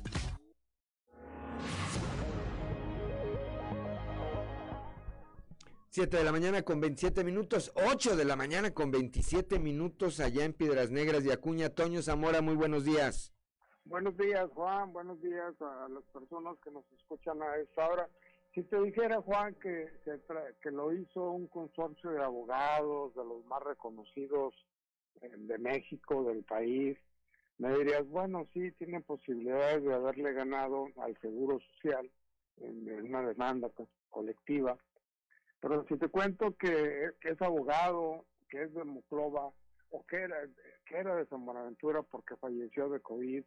7 de la mañana con 27 minutos, 8 de la mañana con 27 minutos allá en Piedras Negras de Acuña. Toño Zamora, muy buenos días. Buenos días, Juan, buenos días a las personas que nos escuchan a esta hora. Si te dijera, Juan, que lo hizo un consorcio de abogados, de los más reconocidos de México, del país, me dirías, bueno, sí, tiene posibilidades de haberle ganado al Seguro Social en una demanda colectiva. Pero si te cuento que es abogado, que es de Monclova, o que era de San Buenaventura porque falleció de COVID,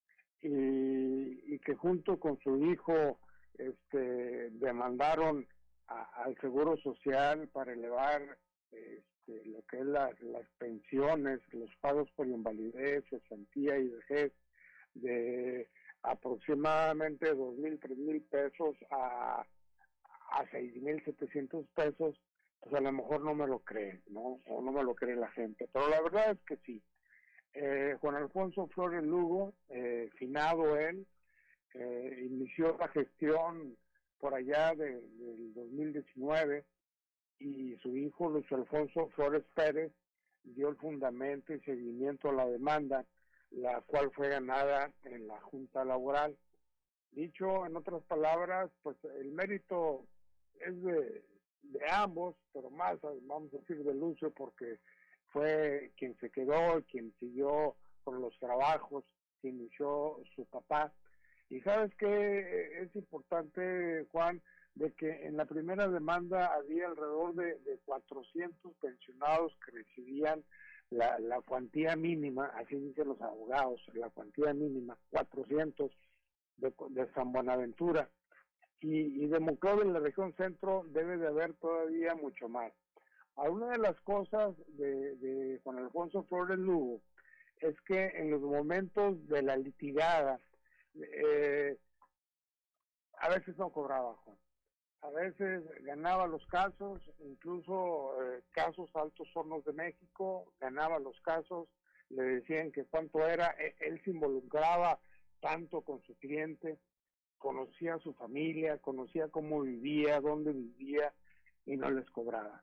y que junto con su hijo demandaron al Seguro Social para elevar lo que es las pensiones, los pagos por invalidez, cesantía y vejez, de aproximadamente 2,000, 3,000 pesos a 6,700 pesos, pues a lo mejor no me lo creen, ¿no? O no me lo cree la gente, pero la verdad es que sí. Juan Alfonso Flores Lugo, finado él, inició la gestión por allá del 2019 y su hijo Luis Alfonso Flores Pérez dio el fundamento y seguimiento a la demanda, la cual fue ganada en la Junta Laboral. Dicho en otras palabras, pues el mérito es de ambos, pero más, vamos a decir, de Lucio, porque fue quien se quedó, quien siguió con los trabajos que inició su papá. Y sabes que es importante, Juan, de que en la primera demanda había alrededor de 400 pensionados que recibían la cuantía mínima, así dicen los abogados, la cuantía mínima, 400 de San Buenaventura. Y de Monclova, en la región centro, debe de haber todavía mucho más. Una de las cosas de Juan Alfonso Flores Lugo es que en los momentos de la litigada, a veces no cobraba, Juan. A veces ganaba los casos, incluso casos Altos Hornos de México, ganaba los casos, le decían que cuánto era, él se involucraba tanto con su cliente, conocía a su familia, conocía cómo vivía, dónde vivía, y no les cobraba.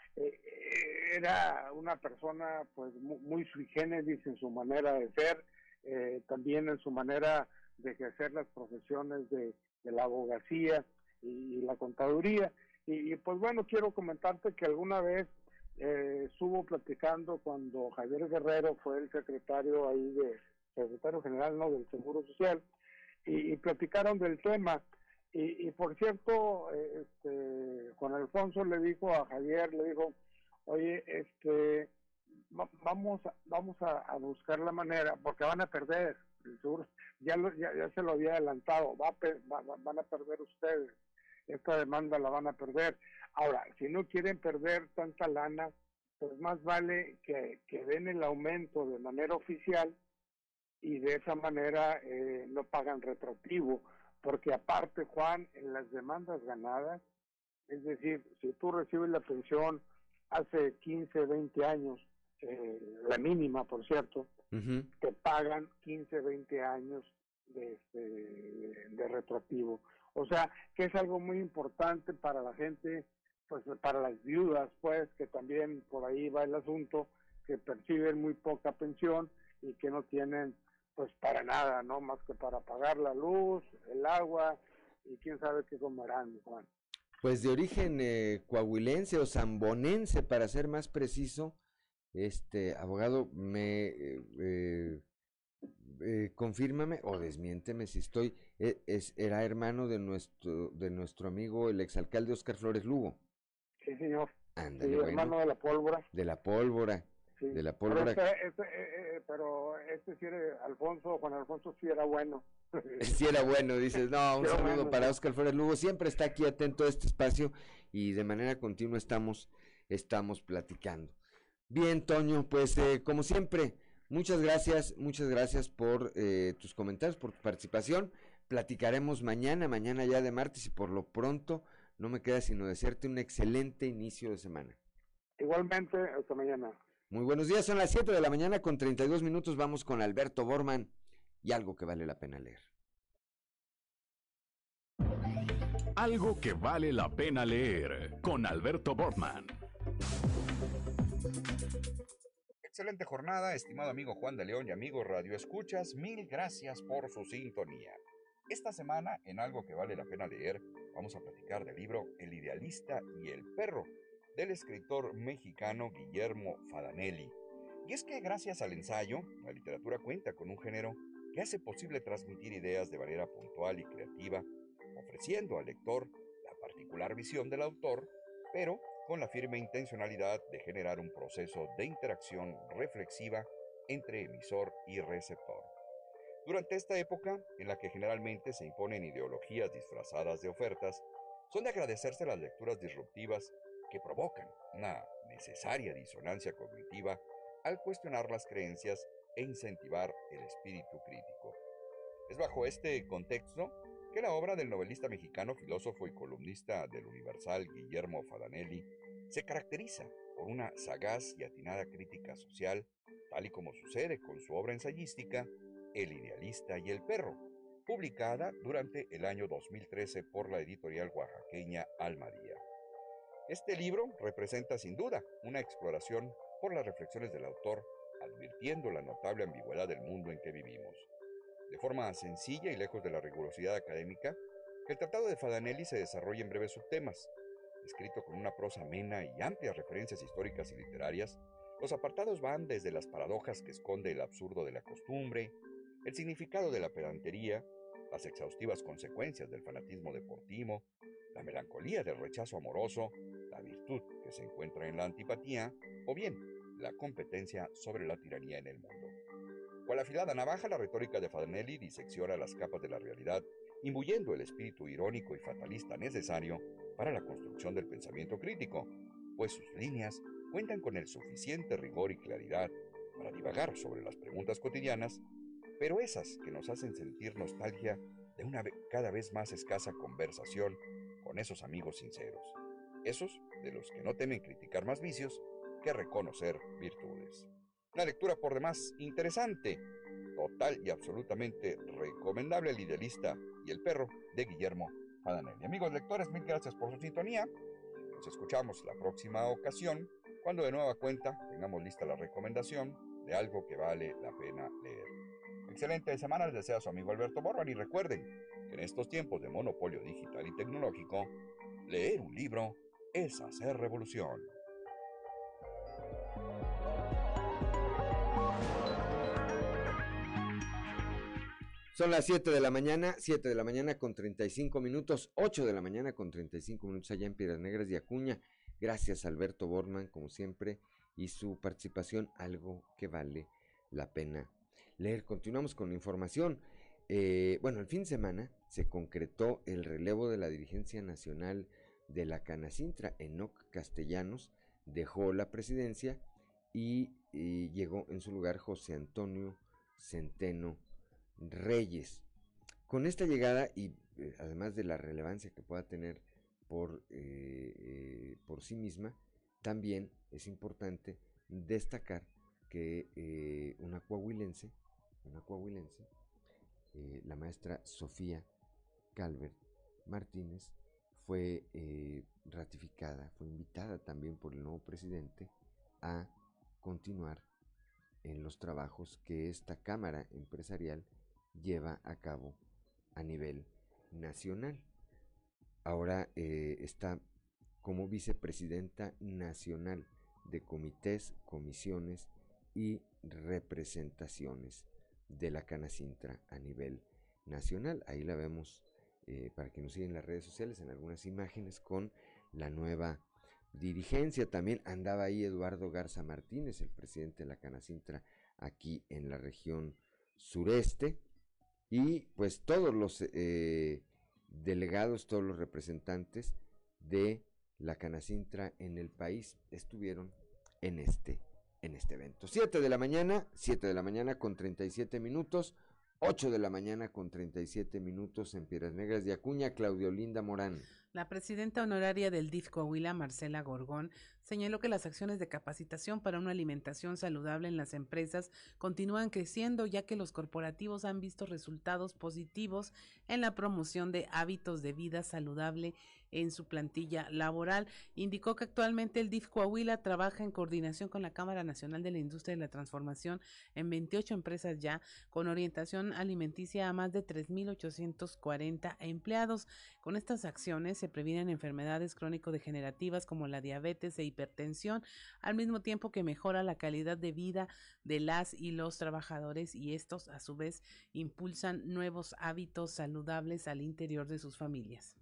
Era una persona pues muy sui generis en su manera de ser, también en su manera de ejercer las profesiones de la abogacía y la contaduría. Y pues bueno, quiero comentarte que alguna vez estuvo platicando cuando Javier Guerrero fue el secretario general, ¿no?, del Seguro Social, y platicaron del tema. Y por cierto, Juan Alfonso le dijo a Javier, le dijo, oye, vamos a buscar la manera, porque van a perder, el seguro, ya se lo había adelantado, van a perder ustedes, esta demanda la van a perder. Ahora, si no quieren perder tanta lana, pues más vale que den el aumento de manera oficial y de esa manera no pagan retroactivo, porque aparte, Juan, en las demandas ganadas, es decir, si tú recibes la pensión hace 15, 20 años, la mínima, por cierto, te pagan 15, 20 años de retroactivo. O sea, que es algo muy importante para la gente, pues para las viudas, pues, que también por ahí va el asunto, que perciben muy poca pensión y que no tienen pues para nada, ¿no? Más que para pagar la luz, el agua y quién sabe qué comerán, Juan. Pues de origen coahuilense o zambonense, para ser más preciso, abogado, confírmame o desmiénteme si estoy, era hermano de nuestro amigo el exalcalde Óscar Flores Lugo. Sí, señor. Ándale, sí, hermano de la pólvora. De la pólvora. Sí. De la pólvora. Pero sí era Juan Alfonso sí era bueno. Sí era bueno, dices, no, un saludo para Óscar Flores Lugo, siempre está aquí atento a este espacio y de manera continua estamos platicando. Bien, Toño, pues como siempre, muchas gracias por tus comentarios, por tu participación. Platicaremos mañana ya de martes, y por lo pronto no me queda sino desearte un excelente inicio de semana. Igualmente, hasta mañana. Muy buenos días, son las 7 de la mañana con 32 minutos, vamos con Alberto Borman y algo que vale la pena leer. Algo que vale la pena leer con Alberto Borman. Excelente jornada, estimado amigo Juan de León y amigos Radio Escuchas, mil gracias por su sintonía. Esta semana, en Algo que vale la pena leer, vamos a platicar del libro El idealista y el perro, del escritor mexicano Guillermo Fadanelli. Y es que gracias al ensayo, la literatura cuenta con un género que hace posible transmitir ideas de manera puntual y creativa, ofreciendo al lector la particular visión del autor, pero con la firme intencionalidad de generar un proceso de interacción reflexiva entre emisor y receptor. Durante esta época, en la que generalmente se imponen ideologías disfrazadas de ofertas, son de agradecerse las lecturas disruptivas que provocan una necesaria disonancia cognitiva al cuestionar las creencias e incentivar el espíritu crítico. Es bajo este contexto que la obra del novelista mexicano, filósofo y columnista del Universal Guillermo Fadanelli se caracteriza por una sagaz y atinada crítica social, tal y como sucede con su obra ensayística El idealista y el perro, publicada durante el año 2013 por la editorial oaxaqueña Almadía. Este libro representa sin duda una exploración por las reflexiones del autor, advirtiendo la notable ambigüedad del mundo en que vivimos. De forma sencilla y lejos de la rigurosidad académica, el tratado de Fadanelli se desarrolla en breves subtemas. Escrito con una prosa amena y amplias referencias históricas y literarias, los apartados van desde las paradojas que esconde el absurdo de la costumbre, el significado de la pedantería, las exhaustivas consecuencias del fanatismo deportivo, la melancolía del rechazo amoroso, la virtud que se encuentra en la antipatía, o bien la competencia sobre la tiranía en el mundo. Con la afilada navaja, la retórica de Fadanelli disecciona las capas de la realidad, imbuyendo el espíritu irónico y fatalista necesario para la construcción del pensamiento crítico, pues sus líneas cuentan con el suficiente rigor y claridad para divagar sobre las preguntas cotidianas, pero esas que nos hacen sentir nostalgia de una cada vez más escasa conversación con esos amigos sinceros, esos de los que no temen criticar más vicios que reconocer virtudes. Una lectura por demás interesante, total y absolutamente recomendable, El idealista y el perro, de Guillermo Padanelli. Amigos lectores, mil gracias por su sintonía. Nos escuchamos la próxima ocasión, cuando de nueva cuenta tengamos lista la recomendación de algo que vale la pena leer. Excelente semana les desea su amigo Alberto Borban, y recuerden que en estos tiempos de monopolio digital y tecnológico, leer un libro es hacer revolución. Son las 7 de la mañana con 35 minutos, 8 de la mañana con 35 minutos allá en Piedras Negras y Acuña. Gracias Alberto Borman, como siempre, y su participación, algo que vale la pena leer. Continuamos con la información. Bueno, el fin de semana se concretó el relevo de la dirigencia nacional de la Canacintra. Enoc Castellanos dejó la presidencia y llegó en su lugar José Antonio Centeno Reyes. Con esta llegada y además de la relevancia que pueda tener por sí misma, también es importante destacar que una coahuilense, la maestra Sofía Calvert Martínez, fue ratificada, fue invitada también por el nuevo presidente a continuar en los trabajos que esta Cámara Empresarial lleva a cabo a nivel nacional. Ahora está como vicepresidenta nacional de comités, comisiones y representaciones de la Canacintra a nivel nacional. Ahí la vemos, para que nos sigan en las redes sociales, en algunas imágenes con la nueva dirigencia. También andaba ahí Eduardo Garza Martínez, el presidente de la Canacintra aquí en la región sureste, y pues todos los delegados, todos los representantes de la Canacintra en el país estuvieron en este evento. 7 de la mañana con 37 minutos, 8 de la mañana con 37 minutos en Piedras Negras de Acuña. Claudia Olinda Morán. La presidenta honoraria del DIF Coahuila, Marcela Gorgón, señaló que las acciones de capacitación para una alimentación saludable en las empresas continúan creciendo, ya que los corporativos han visto resultados positivos en la promoción de hábitos de vida saludable en su plantilla laboral. Indicó que actualmente el DIF Coahuila trabaja en coordinación con la Cámara Nacional de la Industria de la Transformación en 28 empresas ya, con orientación alimenticia a más de 3,840 empleados. Con estas acciones se previenen enfermedades crónico-degenerativas como la diabetes e hipertensión, al mismo tiempo que mejora la calidad de vida de las y los trabajadores, y estos a su vez impulsan nuevos hábitos saludables al interior de sus familias.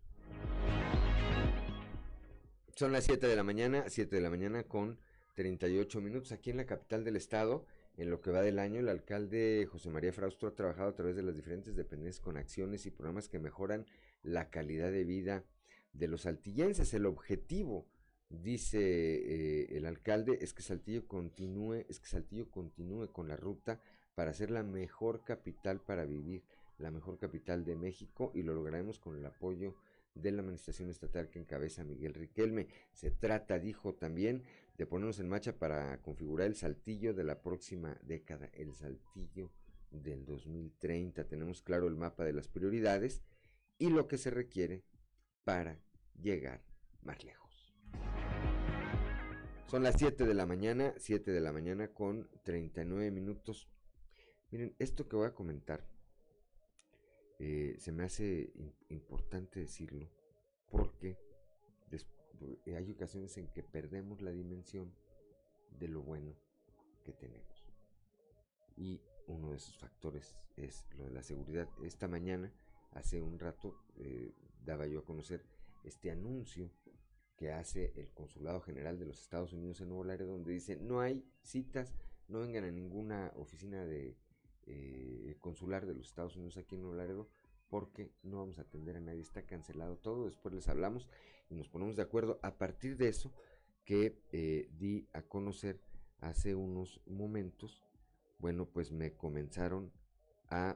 Son las 7 de la mañana con 38 minutos aquí en la capital del estado. En lo que va del año, el alcalde José María Fraustro ha trabajado a través de las diferentes dependencias con acciones y programas que mejoran la calidad de vida de los saltillenses. El objetivo, dice el alcalde, es que Saltillo continúe con la ruta para ser la mejor capital para vivir, la mejor capital de México, y lo lograremos con el apoyo de la administración estatal que encabeza Miguel Riquelme. Se trata, dijo también, de ponernos en marcha para configurar el Saltillo de la próxima década, el Saltillo del 2030. Tenemos claro el mapa de las prioridades y lo que se requiere para llegar más lejos. Son las 7 de la mañana con 39 minutos. Miren, esto que voy a comentar, se me hace importante decirlo, porque hay ocasiones en que perdemos la dimensión de lo bueno que tenemos. Y uno de esos factores es lo de la seguridad. Esta mañana, hace un rato, daba yo a conocer este anuncio que hace el Consulado General de los Estados Unidos en Nuevo Laredo, donde dice: no hay citas, no vengan a ninguna oficina de consular de los Estados Unidos aquí en Nuevo Laredo, porque no vamos a atender a nadie, está cancelado todo. Después les hablamos y nos ponemos de acuerdo. A partir de eso, que di a conocer hace unos momentos, bueno, pues me comenzaron a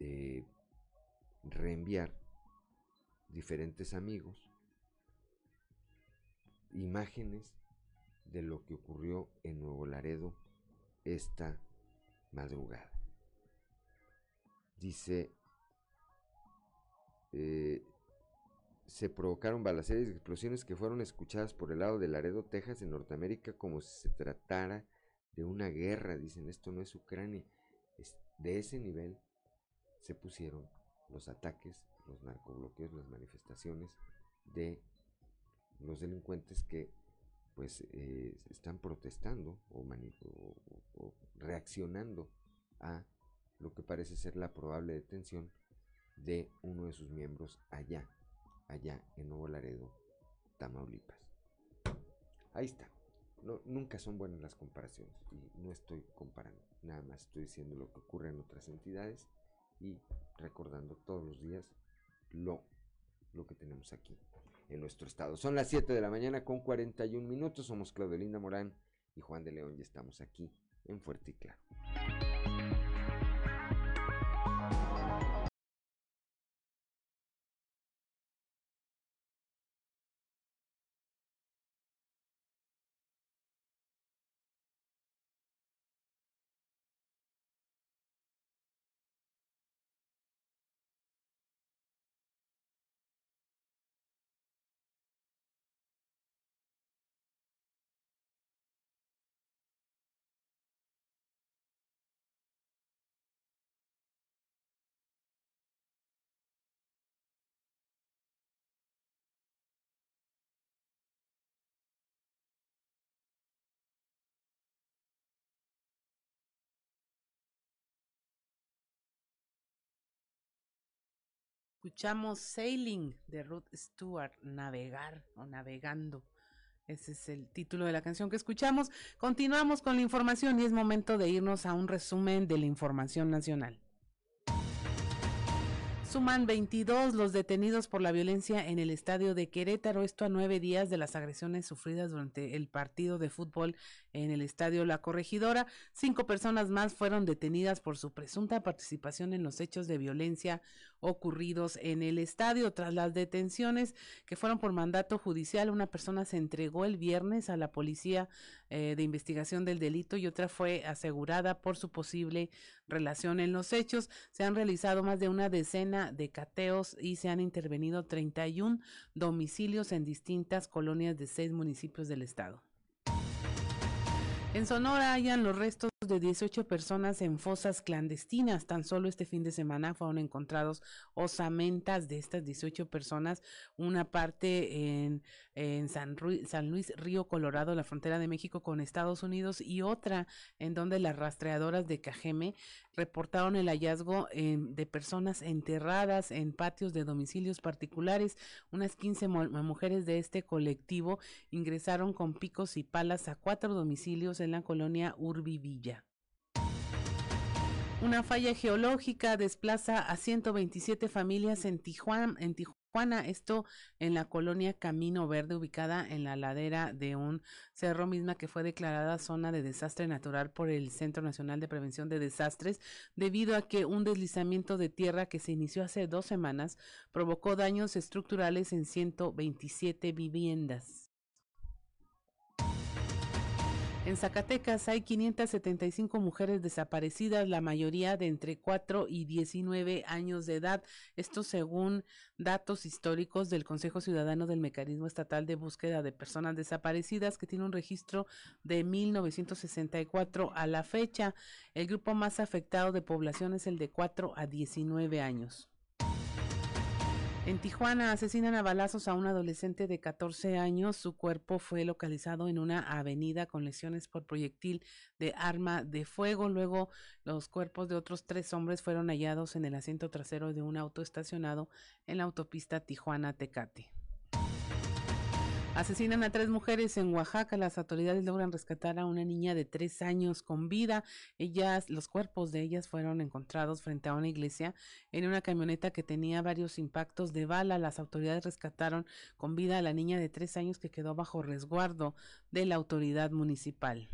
reenviar diferentes amigos imágenes de lo que ocurrió en Nuevo Laredo esta madrugada. Dice, se provocaron balaceras y explosiones que fueron escuchadas por el lado de Laredo, Texas, en Norteamérica, como si se tratara de una guerra. Dicen, esto no es Ucrania. De ese nivel se pusieron los ataques, los narcobloqueos, las manifestaciones de los delincuentes que pues están protestando o reaccionando a lo que parece ser la probable detención de uno de sus miembros allá en Nuevo Laredo, Tamaulipas. Ahí está. No, nunca son buenas las comparaciones y no estoy comparando, nada más estoy diciendo lo que ocurre en otras entidades y recordando todos los días lo que tenemos aquí en nuestro estado. Son las 7 de la mañana con 41 minutos. Somos Claudio Linda Morán y Juan de León y estamos aquí en Fuerte y Claro. Escuchamos Sailing de Rod Stewart, navegar o navegando. Ese es el título de la canción que escuchamos. Continuamos con la información y es momento de irnos a un resumen de la información nacional. Suman 22 los detenidos por la violencia en el estadio de Querétaro, esto a 9 días de las agresiones sufridas durante el partido de fútbol en el estadio La Corregidora. 5 personas más fueron detenidas por su presunta participación en los hechos de violencia ocurridos en el estadio. Tras las detenciones que fueron por mandato judicial, una persona se entregó el viernes a la policía de investigación del delito y otra fue asegurada por su posible relación en los hechos. Se han realizado más de una decena de cateos y se han intervenido 31 domicilios en distintas colonias de 6 municipios del estado. En Sonora hallan los restos de 18 personas en fosas clandestinas. Tan solo este fin de semana fueron encontrados osamentas de estas 18 personas, una parte en San Luis Río Colorado, la frontera de México con Estados Unidos, y otra en donde las rastreadoras de Cajeme reportaron el hallazgo de personas enterradas en patios de domicilios particulares. Unas 15 mujeres de este colectivo ingresaron con picos y palas a 4 domicilios en la colonia Urbivilla. Una falla geológica desplaza a 127 familias en Tijuana, esto en la colonia Camino Verde, ubicada en la ladera de un cerro, misma que fue declarada zona de desastre natural por el Centro Nacional de Prevención de Desastres, debido a que un deslizamiento de tierra que se inició hace 2 semanas provocó daños estructurales en 127 viviendas. En Zacatecas hay 575 mujeres desaparecidas, la mayoría de entre 4 y 19 años de edad. Esto según datos históricos del Consejo Ciudadano del Mecanismo Estatal de Búsqueda de Personas Desaparecidas, que tiene un registro de 1964 a la fecha. El grupo más afectado de población es el de 4 a 19 años. En Tijuana asesinan a balazos a un adolescente de 14 años. Su cuerpo fue localizado en una avenida con lesiones por proyectil de arma de fuego. Luego, los cuerpos de otros 3 hombres fueron hallados en el asiento trasero de un auto estacionado en la autopista Tijuana-Tecate. Asesinan a 3 mujeres en Oaxaca. Las autoridades logran rescatar a una niña de 3 años con vida. Los cuerpos de ellas fueron encontrados frente a una iglesia en una camioneta que tenía varios impactos de bala. Las autoridades rescataron con vida a la niña de 3 años que quedó bajo resguardo de la autoridad municipal.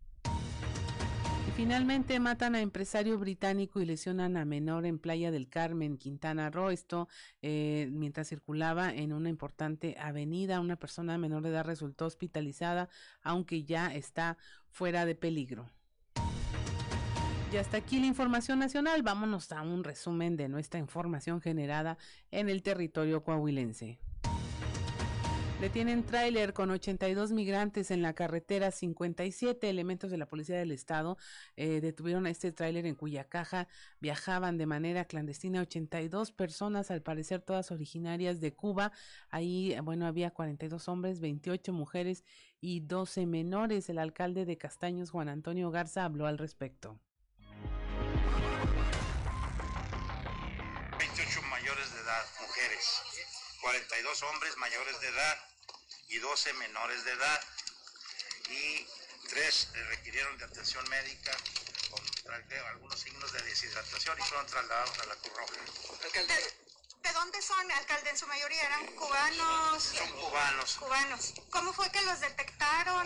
Y finalmente matan a empresario británico y lesionan a menor en Playa del Carmen, Quintana Roo. Esto mientras circulaba en una importante avenida. Una persona menor de edad resultó hospitalizada, aunque ya está fuera de peligro. Y hasta aquí la información nacional. Vámonos a un resumen de nuestra información generada en el territorio coahuilense. Detienen tráiler con 82 migrantes en la carretera 57. Elementos de la Policía del Estado detuvieron a este tráiler en cuya caja viajaban de manera clandestina 82 personas, al parecer todas originarias de Cuba. Ahí, había 42 hombres, 28 mujeres y 12 menores. El alcalde de Castaños, Juan Antonio Garza, habló al respecto. 28 mayores de edad, mujeres, 42 hombres mayores de edad y 12 menores de edad, y 3 requirieron de atención médica con algunos signos de deshidratación y fueron trasladados a la Cruz Roja. Alcalde, ¿de dónde son, alcalde? En su mayoría eran cubanos. Son cubanos. Cubanos. ¿Cómo fue que los detectaron?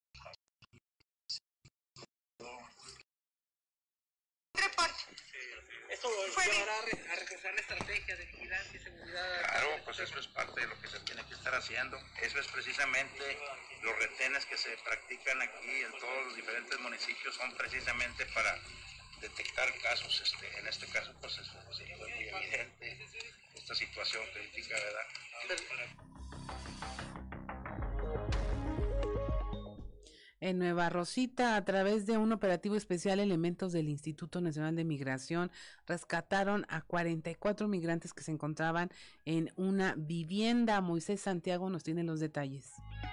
¿Esto llevará a reforzar la estrategia de vigilancia y seguridad? Claro, pues eso es parte de lo que se tiene que estar haciendo. Eso es precisamente los retenes que se practican aquí en todos los diferentes municipios, son precisamente para detectar casos. En este caso, pues es muy evidente esta situación crítica, ¿verdad? En Nueva Rosita, a través de un operativo especial, elementos del Instituto Nacional de Migración rescataron a 44 migrantes que se encontraban en una vivienda. Moisés Santiago nos tiene los detalles.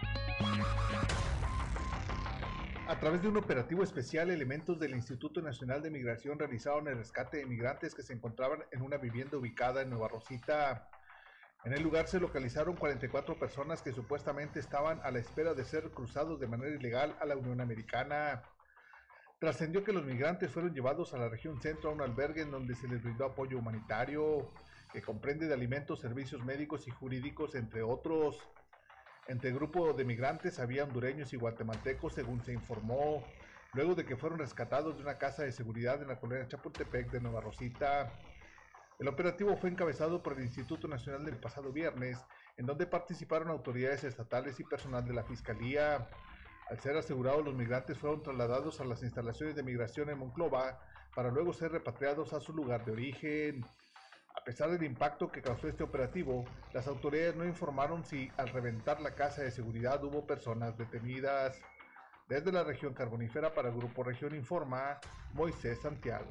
A través de un operativo especial, elementos del Instituto Nacional de Migración realizaron el rescate de migrantes que se encontraban en una vivienda ubicada en Nueva Rosita. En el lugar se localizaron 44 personas que supuestamente estaban a la espera de ser cruzados de manera ilegal a la Unión Americana. Trascendió que los migrantes fueron llevados a la región centro a un albergue en donde se les brindó apoyo humanitario, que comprende de alimentos, servicios médicos y jurídicos, entre otros. Entre el grupo de migrantes había hondureños y guatemaltecos, según se informó, luego de que fueron rescatados de una casa de seguridad en la colonia Chapultepec de Nueva Rosita. El operativo fue encabezado por el Instituto Nacional del pasado viernes, en donde participaron autoridades estatales y personal de la Fiscalía. Al ser asegurados, los migrantes fueron trasladados a las instalaciones de migración en Monclova para luego ser repatriados a su lugar de origen. A pesar del impacto que causó este operativo, las autoridades no informaron si al reventar la casa de seguridad hubo personas detenidas. Desde la región carbonífera para el Grupo Región Informa, Moisés Santiago.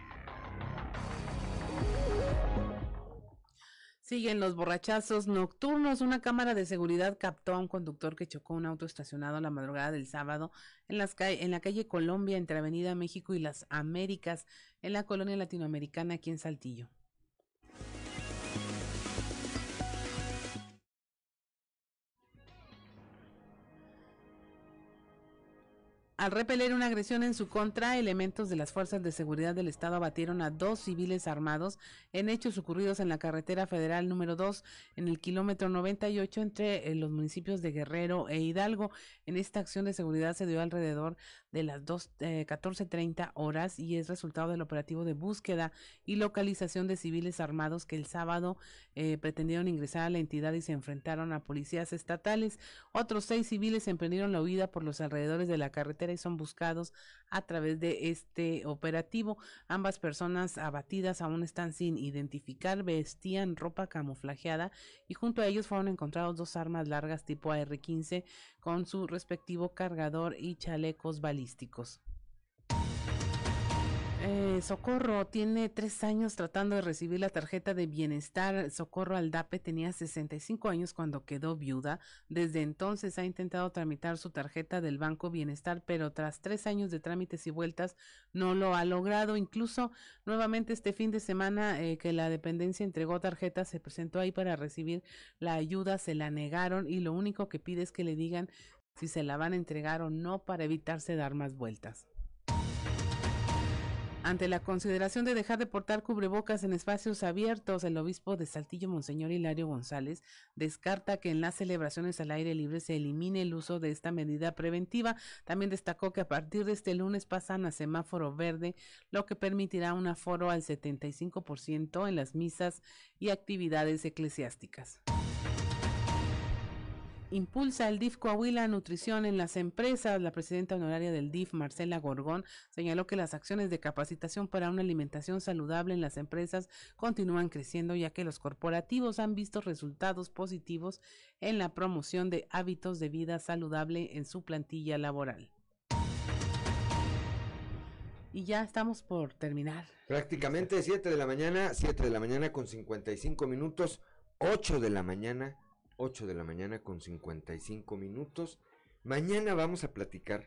Siguen los borrachazos nocturnos. Una cámara de seguridad captó a un conductor que chocó un auto estacionado a la madrugada del sábado en la calle Colombia, entre Avenida México y Las Américas, en la colonia latinoamericana aquí en Saltillo. Al repeler una agresión en su contra, elementos de las fuerzas de seguridad del estado abatieron a 2 civiles armados en hechos ocurridos en la carretera federal número 2, en el kilómetro 98 entre los municipios de Guerrero e Hidalgo. En esta acción de seguridad se dio alrededor de las 14:30 horas y es resultado del operativo de búsqueda y localización de civiles armados que el sábado pretendieron ingresar a la entidad y se enfrentaron a policías estatales. Otros 6 civiles emprendieron la huida por los alrededores de la carretera y son buscados a través de este operativo. Ambas personas abatidas aún están sin identificar, vestían ropa camuflajeada y junto a ellos fueron encontrados 2 armas largas tipo AR-15 con su respectivo cargador y chalecos balísticos. Socorro tiene 3 años tratando de recibir la tarjeta de bienestar. Socorro Aldape tenía 65 años cuando quedó viuda. Desde entonces ha intentado tramitar su tarjeta del Banco Bienestar, pero tras 3 años de trámites y vueltas no lo ha logrado. Incluso nuevamente este fin de semana que la dependencia entregó tarjetas, se presentó ahí para recibir la ayuda, se la negaron y lo único que pide es que le digan si se la van a entregar o no para evitarse dar más vueltas. Ante la consideración de dejar de portar cubrebocas en espacios abiertos, el obispo de Saltillo, Monseñor Hilario González, descarta que en las celebraciones al aire libre se elimine el uso de esta medida preventiva. También destacó que a partir de este lunes pasan a semáforo verde, lo que permitirá un aforo al 75% en las misas y actividades eclesiásticas. Impulsa el DIF Coahuila nutrición en las empresas. La presidenta honoraria del DIF, Marcela Gorgón, señaló que las acciones de capacitación para una alimentación saludable en las empresas continúan creciendo, ya que los corporativos han visto resultados positivos en la promoción de hábitos de vida saludable en su plantilla laboral. Y ya estamos por terminar. Prácticamente 7 de la mañana con 55 minutos, 8 de la mañana con 55 minutos. Mañana vamos a platicar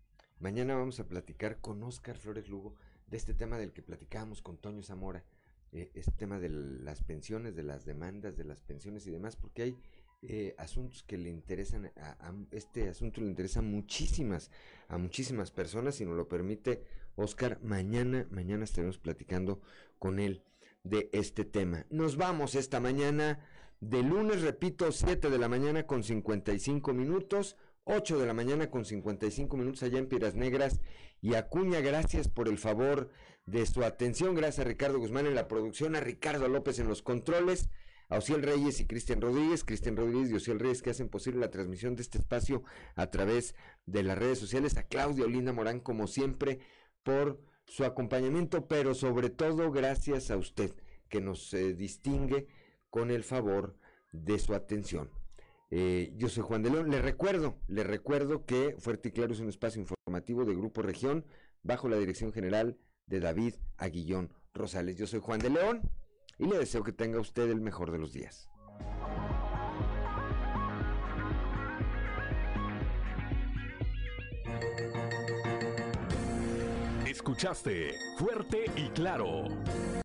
con Óscar Flores Lugo de este tema del que platicábamos con Toño Zamora, este tema de las pensiones, de las demandas de las pensiones y demás, porque hay asuntos que le interesan, este asunto le interesa a muchísimas personas. Si nos lo permite Óscar, mañana estaremos platicando con él de este tema. Nos vamos esta mañana de lunes, repito, 7 de la mañana con 55 minutos, 8 de la mañana con 55 minutos allá en Piedras Negras y Acuña. Gracias por el favor de su atención. Gracias a Ricardo Guzmán en la producción, a Ricardo López en los controles, a Ociel Reyes y Cristian Rodríguez y Ociel Reyes, que hacen posible la transmisión de este espacio a través de las redes sociales, a Claudia Olinda Morán, como siempre, por su acompañamiento, pero sobre todo gracias a usted, que nos distingue con el favor de su atención. Yo soy Juan de León. Le recuerdo que Fuerte y Claro es un espacio informativo de Grupo Región bajo la dirección general de David Aguillón Rosales. Yo soy Juan de León y le deseo que tenga usted el mejor de los días. Escuchaste Fuerte y Claro.